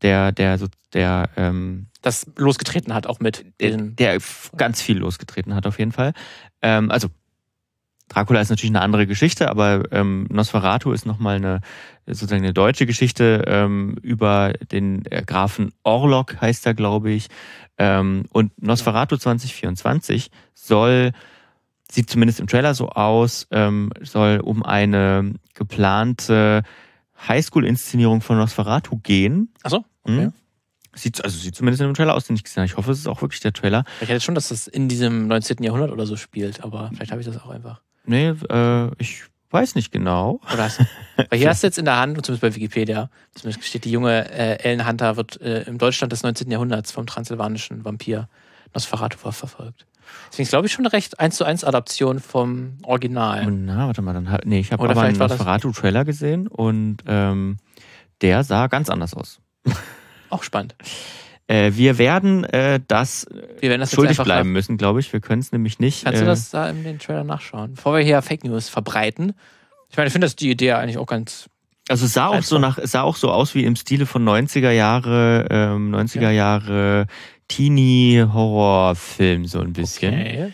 das losgetreten hat, auch mit der ganz viel losgetreten hat, auf jeden Fall. Also Dracula ist natürlich eine andere Geschichte, aber Nosferatu ist nochmal sozusagen eine deutsche Geschichte über den Grafen Orlok, heißt er, glaube ich. Und Nosferatu 2024 sieht zumindest im Trailer so aus, soll um eine geplante Highschool-Inszenierung von Nosferatu gehen. Ach so, okay. Sieht zumindest in dem Trailer aus, den ich gesehen habe. Ich hoffe, es ist auch wirklich der Trailer. Ich hätte schon, dass das in diesem 19. Jahrhundert oder so spielt, aber vielleicht habe ich das auch einfach. Nee, ich weiß nicht genau. Weil hier hast du jetzt in der Hand, zumindest bei Wikipedia, zumindest steht, die junge Ellen Hunter wird im Deutschland des 19. Jahrhunderts vom transsilvanischen Vampir Nosferatu verfolgt. Deswegen glaube ich schon eine recht 1:1 Adaption vom Original. Na, warte mal, ich habe aber einen Nosferatu-Trailer gesehen und der sah ganz anders aus. Auch spannend. Wir werden das schuldig bleiben müssen, glaube ich. Wir können es nämlich nicht. Kannst du das da in den Trailer nachschauen? Bevor wir hier Fake News verbreiten. Ich meine, ich finde die Idee eigentlich auch ganz... Also es sah auch so aus wie im Stile von 90er Jahre Teenie-Horrorfilm so ein bisschen. Okay.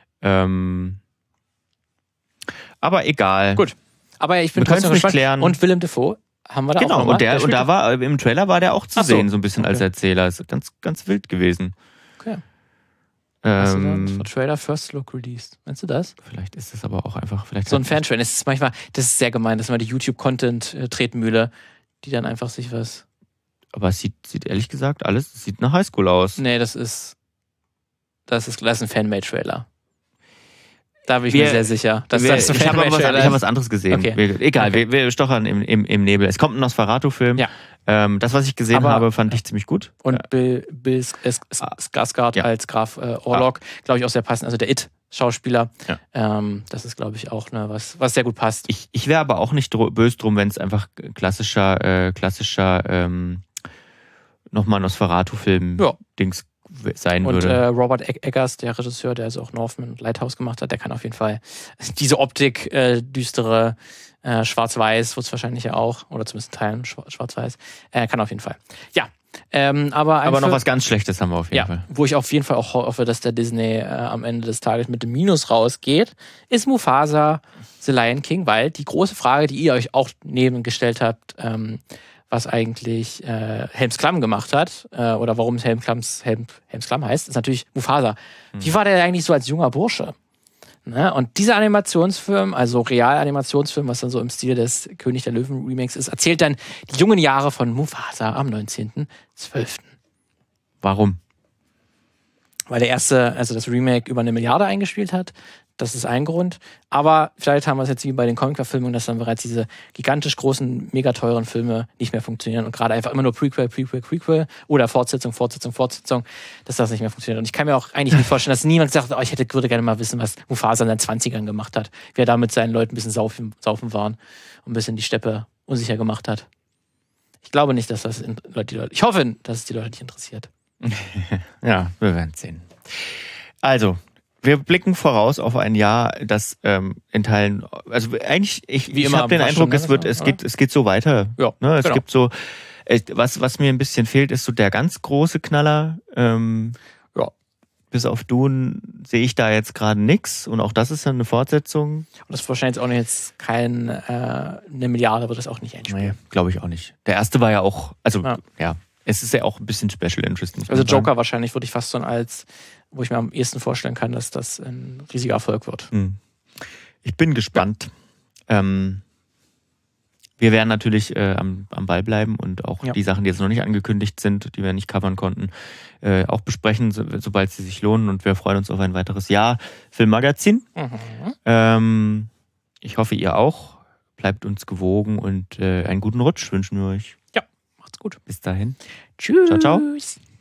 Aber egal. Gut. Aber ich bin trotzdem gespannt. Klären. Und Willem Dafoe haben wir da genau, auch. Genau, und da war im Trailer war der auch zu sehen, so ein bisschen als Erzähler. Ist ganz, ganz wild gewesen. Okay. Was ist das? Trailer First Look Released. Meinst du das? Vielleicht ist es aber auch einfach... so ein Fantrain. Das ist sehr gemein. Das ist mal die YouTube-Content-Tretmühle, die dann einfach sich was... Aber es sieht ehrlich gesagt sieht nach Highschool aus. Nee, das ist ein Fanmade-Trailer. Da bin ich mir sehr sicher. Ich habe was anderes gesehen. Okay. Egal, wir stochern im Nebel. Es kommt ein Nosferatu-Film. Ja. Das, was ich gesehen habe, fand ich ziemlich gut. Und Bill Skarsgård als Graf Orlok, glaube ich, auch sehr passend. Also der Schauspieler. Ja. Das ist, glaube ich, auch was sehr gut passt. Ich wäre aber auch nicht böse drum, wenn es einfach klassischer nochmal Nosferatu-Film-Dings sein würde. Und Robert Eggers, der Regisseur, der also auch Northman und Lighthouse gemacht hat, der kann auf jeden Fall diese Optik, düstere, schwarz-weiß, wird es wahrscheinlich ja auch, oder zumindest in Teilen schwarz-weiß, kann auf jeden Fall. Ja. Aber noch was ganz Schlechtes haben wir auf jeden Fall. Wo ich auf jeden Fall auch hoffe, dass der Disney am Ende des Tages mit dem Minus rausgeht, ist Mufasa, The Lion King, weil die große Frage, die ihr euch auch gestellt habt, was eigentlich Helms Klamm gemacht hat, oder warum Helms Klamm heißt, ist natürlich Mufasa. Wie war der eigentlich so als junger Bursche? Ne? Und dieser Animationsfilm, also Real-Animationsfilm, was dann so im Stil des König der Löwen-Remakes ist, erzählt dann die jungen Jahre von Mufasa am 19.12. Warum? Weil das Remake über 1 Milliarde eingespielt hat. Das ist ein Grund. Aber vielleicht haben wir es jetzt wie bei den Comic-Verfilmungen, dass dann bereits diese gigantisch großen, mega teuren Filme nicht mehr funktionieren und gerade einfach immer nur Prequel oder Fortsetzung, dass das nicht mehr funktioniert. Und ich kann mir auch eigentlich nicht vorstellen, dass niemand sagt, ich würde gerne mal wissen, was Mufasa in den 20ern gemacht hat. Wie er da mit seinen Leuten ein bisschen saufen waren und ein bisschen die Steppe unsicher gemacht hat. Ich glaube nicht, dass das ich hoffe, dass es die Leute nicht interessiert. Ja, wir werden sehen. Also, wir blicken voraus auf ein Jahr, das in Teilen, also eigentlich, ich habe den Eindruck, es geht so weiter. Ja, ne? Es gibt so, was mir ein bisschen fehlt, ist so der ganz große Knaller. Bis auf Dune sehe ich da jetzt gerade nichts und auch das ist dann eine Fortsetzung. Und das ist wahrscheinlich auch jetzt eine Milliarde wird das auch nicht einspielen. Nee, glaube ich auch nicht. Der erste war ja auch, es ist ja auch ein bisschen Special Interest. Also Joker wahrscheinlich würde ich fast so wo ich mir am ehesten vorstellen kann, dass das ein riesiger Erfolg wird. Ich bin gespannt. Ja. Wir werden natürlich am Ball bleiben und auch die Sachen, die jetzt noch nicht angekündigt sind, die wir nicht covern konnten, auch besprechen, sobald sie sich lohnen. Und wir freuen uns auf ein weiteres Jahr Filmmagazin. Ich hoffe, ihr auch. Bleibt uns gewogen und einen guten Rutsch wünschen wir euch. Ja, macht's gut. Bis dahin. Tschüss. Ciao, ciao.